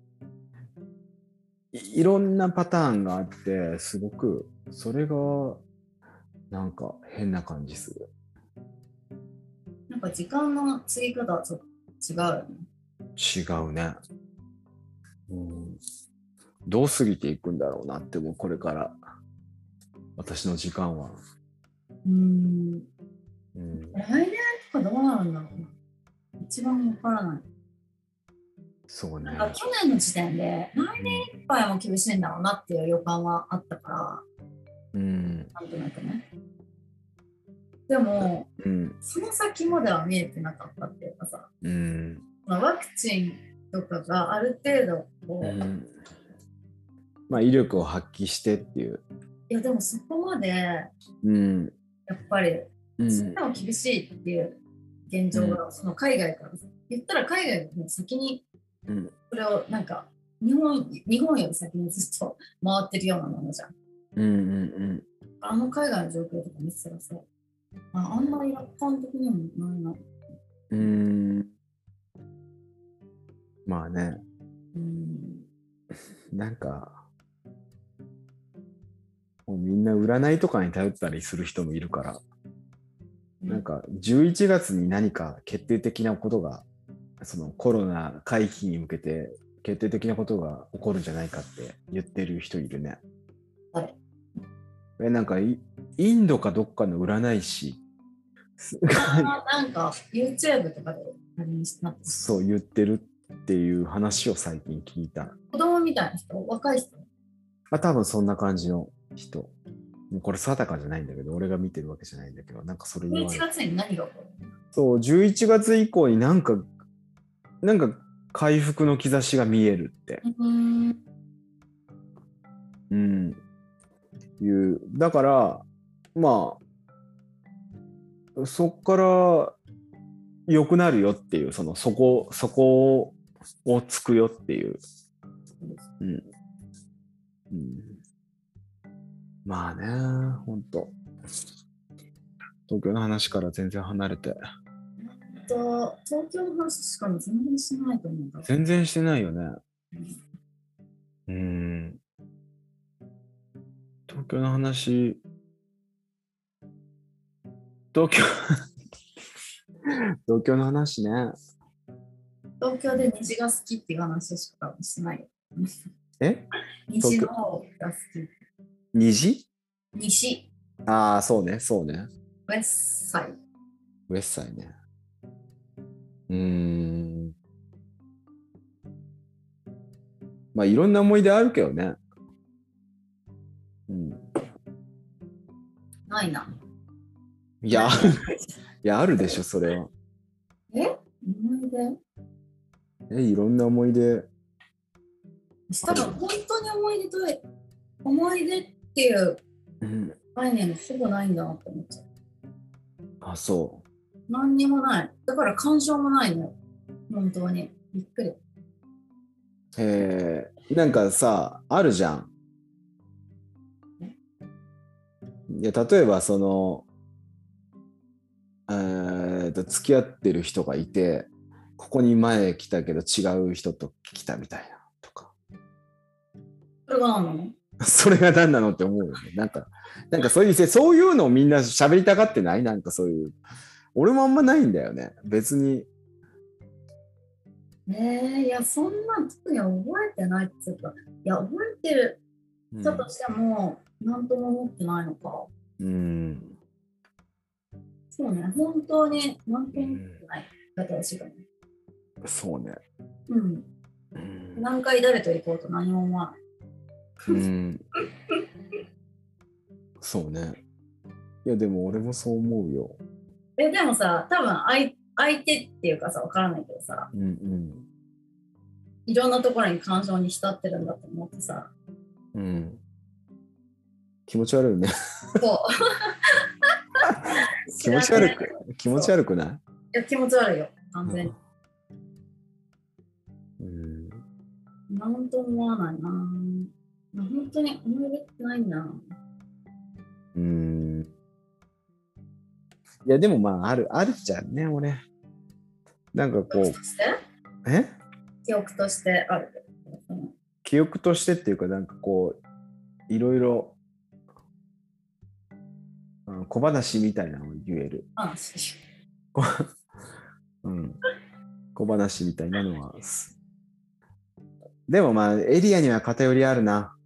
いろんなパターンがあって、すごくそれがなんか変な感じする。 なんか時間の過ぎ方はちょっと違うよね。 違うね。どう過ぎていくんだろうなってもうこれから私の時間は。 来年とかどうなるんだろうな。一番わからない。 そうね。 なんか去年の時点で来年いっぱいも厳しいんだろうなっていう予感はあったから、なんとなくね。でも、その先までは見えてなかったっていうかさ、ワクチンとかがある程度こう、 まあ威力を発揮してっていう。 いやでもそこまで、やっぱり、それでも厳しいっていう現状が、その海外から言ったら海外の先にそれをなんか日本より先にずっと回ってるようなものじゃん。あの海外の状況とか見てたらさ、あんまり楽観的にもならない。 まあね、なんかもうみんな占いとかに頼ったりする人もいるから、なんか11月に何か決定的なことが、そのコロナ回避に向けて決定的なことが起こるんじゃないかって言ってる人いるね。なんかインドかどっかの占い師なんか YouTube とかでそう言ってるっていう話を最近聞いた。 子供みたいな人、若い人？ 多分そんな感じの人。もうこれ定かじゃないんだけど、俺が見てるわけじゃないんだけど、なんかそれ言われる。 11月に何が起こる？ そう、11月以降になんか回復の兆しが見えるって。だから、まあ、そっから良くなるよっていう、そこをつくよっていう。まあね、ほんと。東京の話から全然離れて。 東京の話しかも全然してないと思うんだ。 全然してないよね。東京の話、東京の話ね。 東京で虹が好きっていう話しかしてないよ。虹の方が好き。 虹？ 西。 ああ、そうね、そうね。 ウェッサイ。 ウェッサイね。まあいろんな思い出あるけどね。 ないな。 いや、あるでしょ、それは。 思い出？いろんな思い出。 多分本当に思い出っていう概念ほぼないんだなって思っちゃう。 あ、そう。 何にもない。だから感傷もないの。本当に。びっくり。 なんかさ、あるじゃん。いや、例えば付き合ってる人がいて、ここに前来たけど違う人と来たみたいなとか。 それが何なの？ それが何なのって思うよね。なんかそういうのをみんな喋りたがってない？なんかそういう。俺もあんまないんだよね。別に。 いや、そんなん特に覚えてないっていうか、いや、覚えてる人としても、何とも思ってないのか。そうね、本当に何とも思ってない方らしいかも。 そうね。 何回誰と行こうと何も思わない。 そうね。いや、でも俺もそう思うよ。 でもさ、多分相手っていうかさ、わからないけどさ、いろんなところに感情に浸ってるんだと思ってさ。 気持ち悪いね。 そう。 気持ち悪くない？いや、気持ち悪いよ、完全に。なんとも思わないな。本当に思い出ってないんだな。 いや、でもまあ、あるじゃんね、俺。なんかこう。 記憶としてある。 記憶としてっていうか、なんかこう、いろいろ小話みたいなのを言える。小話みたいなのは。でもまあ、エリアには偏りあるな。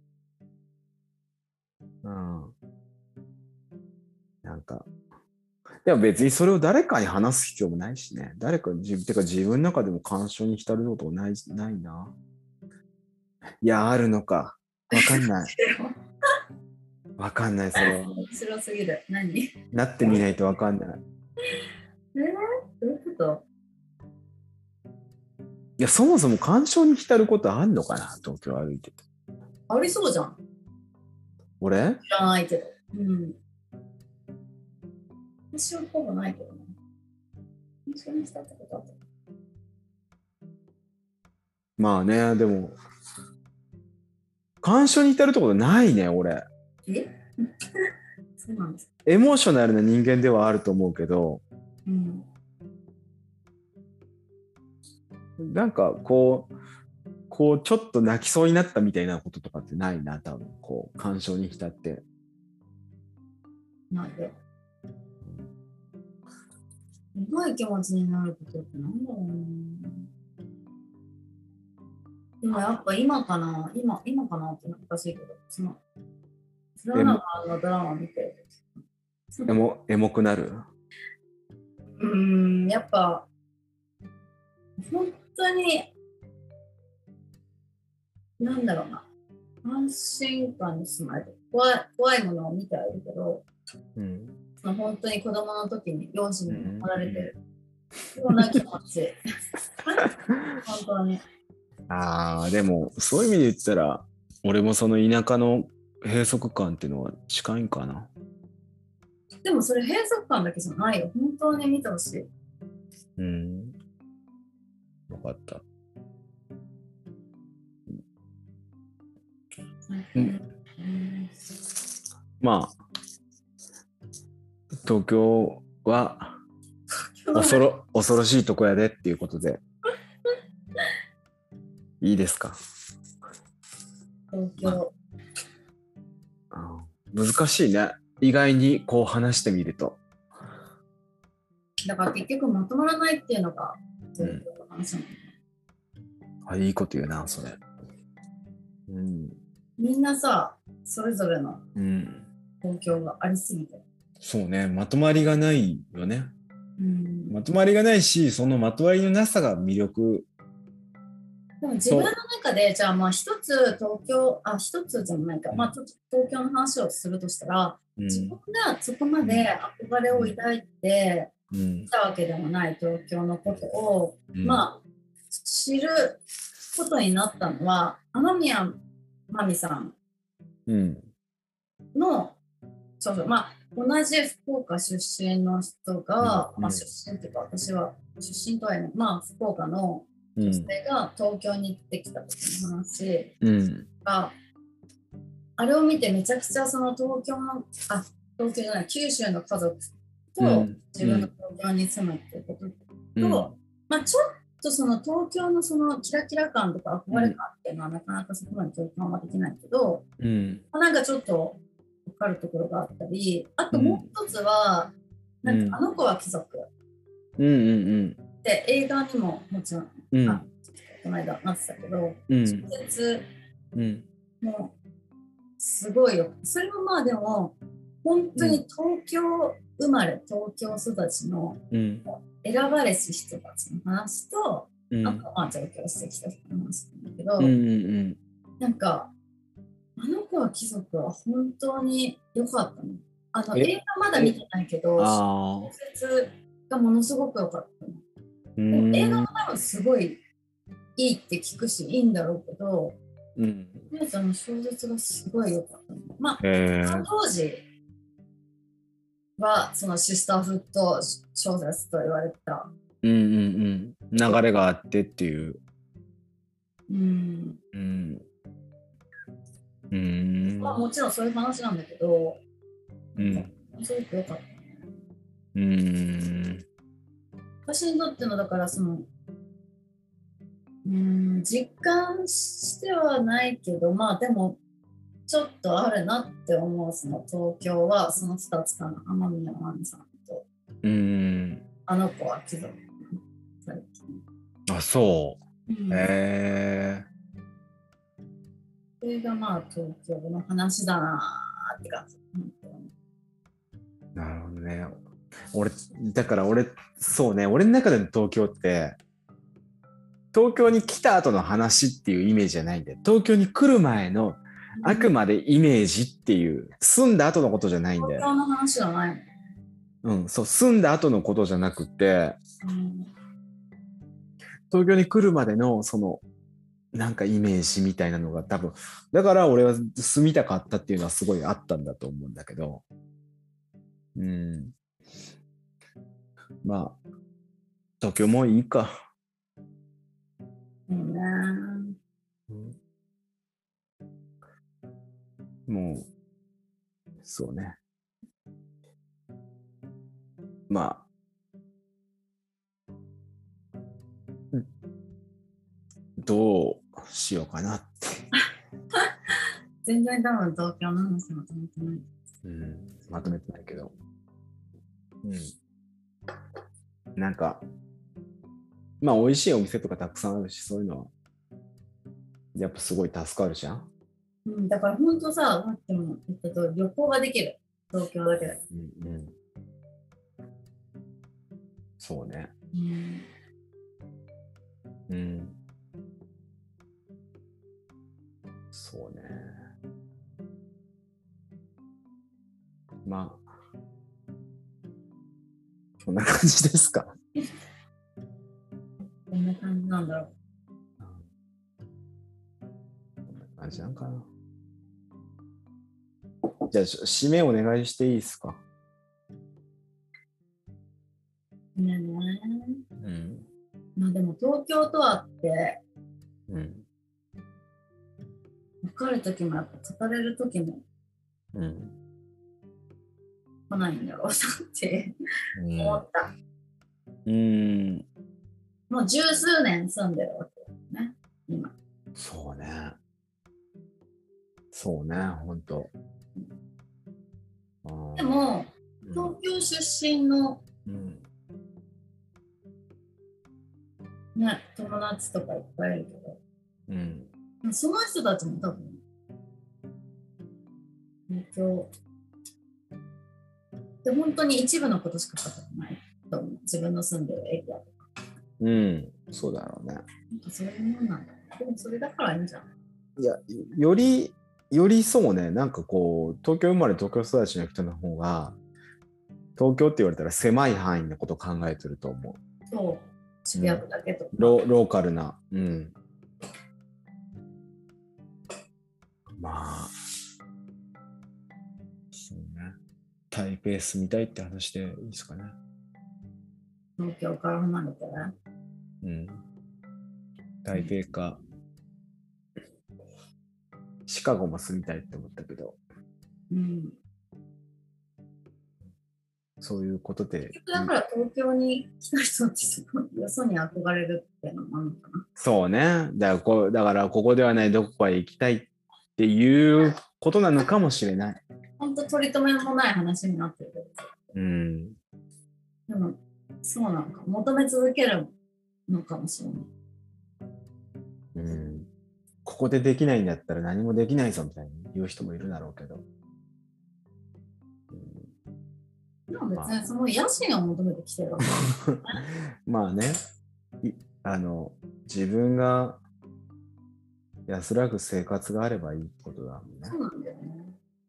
なんか。でも別にそれを誰かに話す必要もないしね。自分の中でも感傷に浸ることないな。いや、あるのか。わかんない。わかんない、それは。 面白すぎる。何？ なってみないとわかんない。 どういうこと？ いや、そもそも感傷に浸ることあんのかな、東京歩いてて。 ありそうじゃん。 俺？ 知らないけど。私はほぼないけどね。感傷に浸ったことあった。 まあね、でも、感傷に至るところないね、俺。 そうなんですか。 エモーショナルな人間ではあると思うけど、 なんかこうちょっと泣きそうになったみたいなこととかってないな、多分こう感傷に浸って。 ないで。すごい気持ちになることってなんだろうな。でもやっぱ今かなって難しいけど、フラナガンのドラマ見てエモくなる。 やっぱ本当になんだろうな、安心感に包まれて怖いものを見てはいるけど、本当に子供の時に両親に守られてるような気持ち。本当に。 でもそういう意味で言ったら俺もその田舎の閉塞感っていうのは近いんかな。 でもそれ閉塞感だけじゃないよ。本当に見てほしい。 分かった。まあ東京は恐ろしいとこやでっていうことでいいですか。 東京、 難しいね、意外にこう話してみると。 だから結局まとまらないっていうのが東京の話なの。 いいこと言うなそれ。 みんなさ、それぞれの東京がありすぎて、 そうね、まとまりがないよね。まとまりがないし、そのまとまりのなさが魅力。 でも自分の中でじゃあまあ一つ一つじゃないか、まあちょっと東京の話をするとしたら、自分がそこまで憧れを抱いてきたわけでもない東京のことを、まあ知ることになったのは雨宮真美さんの、まあ同じ福岡出身の人が、まあ出身っていうか私は出身とは言えない、まあ福岡の女性が東京に行ってきた時の話が、あれを見てめちゃくちゃその東京じゃない九州の家族と自分の東京に住むっていうことと、まあちょっとその東京のそのキラキラ感とか憧れ感っていうのはなかなかそこまで共感はできないけど、なんかちょっと分かるところがあったり、あともう一つはなんかあの子は貴族で映画にももちろんこの間なってたけど、小説もすごいよ。それはまあでも本当に東京生まれ東京育ちの選ばれし人たちの話と、あとはまあ上京してきた人の話なんだけど、なんかあの子は貴族は本当に良かったの。映画まだ見てないけど、小説がものすごく良かったの。でも映画も多分すごいいいって聞くし、いいんだろうけど、皆さんの小説がすごい良かったの。まあ、当時はそのシスターフット小説と言われた。 流れがあってっていう。 まあもちろんそういう話なんだけど、すごく良かった。私にとってのだからその実感してはないけど、まあでもちょっとあるなって思う。その東京はその2つかな。天宮真美さんとあの子は貴族。 あ、そう。 それがまあ東京の話だなって感じ。 なるほどね。だからそうね、俺の中での東京って東京に来た後の話っていうイメージじゃないんだよ。東京に来る前のあくまでイメージっていう住んだ後のことじゃないんだよ。 東京の話じゃないの。そう、住んだ後のことじゃなくて、東京に来るまでのそのなんかイメージみたいなのが多分、だから俺は住みたかったっていうのはすごいあったんだと思うんだけど、まあ東京もいいか。もうそうね。まあどうしようかなって。 全然多分東京の話まとめてない。 まとめてないけど。なんか、まあ美味しいお店とかたくさんあるし、そういうのは、やっぱすごい助かるじゃん。 だから本当さ、さっきも言ったと旅行ができる。東京だけで。 そうね。そうね。まあ、こんな感じですか。 こんな感じなんだろう。 こんな感じなんかな。じゃあ、締めお願いしていいですか。 まあでも東京とはって、分かるときもやっぱ語れるときも来ないんだろうなって思った。もう十数年住んでるわけだよね、今。 そうね。そうね、ほんと。 でも、東京出身の、ね、友達とかいっぱいいるけど、その人たちも多分、東京で本当に一部のことしか書かないと思う。自分の住んでるエリアとか。 そうだろうね。なんかそういうものなんだ。でもそれだからいいんじゃん。 いや、よりそうね、なんかこう、東京生まれ東京育ちの人の方が、東京って言われたら狭い範囲のことを考えてると思う。 そう、渋谷区だけとか。 ローカルな。まあ、そうね。台北住みたいって話でいいですかね。 東京から離れてね。 台北か、シカゴも住みたいって思ったけど。そういうことで。 だから東京に来た人ってすごいよそに憧れるっていうのもあるのかな。 そうね。だからここではないどこかへ行きたいっていうことなのかもしれない。 本当取り留めもない話になってるけど。でもそうなのか。求め続けるのかもしれない。 ここでできないんだったら何もできないぞみたいに言う人もいるだろうけど。 でも別にその野心を求めてきてるわけまあね、自分が安らぐ生活があればいいことだもんね。 そうなんだよね。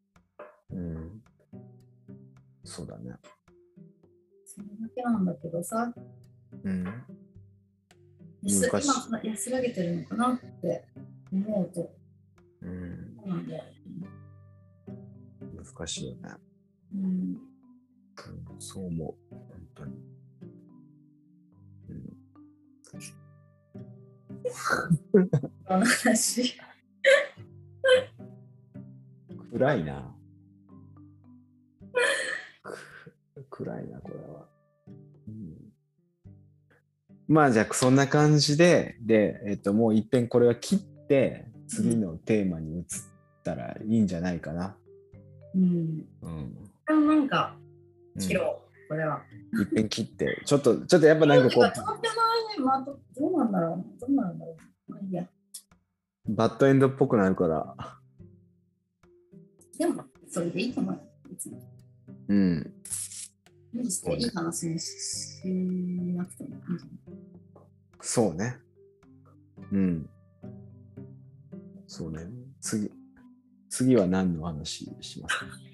そうだね。 それだけなんだけどさ。今安らげてるのかなって思うと。そうなんだよね。 難しいよね。そう思う。本当に。 この話。 暗いな。暗いな、これは。まあじゃあそんな感じで、もう一遍これは切って次のテーマに移ったらいいんじゃないかな。 なんか切ろう、これは。 一遍切って、ちょっとやっぱなんかこう。 どうなんだろう。まあいいや。 バッドエンドっぽくなるから。 でもそれでいいと思うよ。無理していい話にしなくてもいいんじゃない？ そうね。そうね。次は何の話しますか？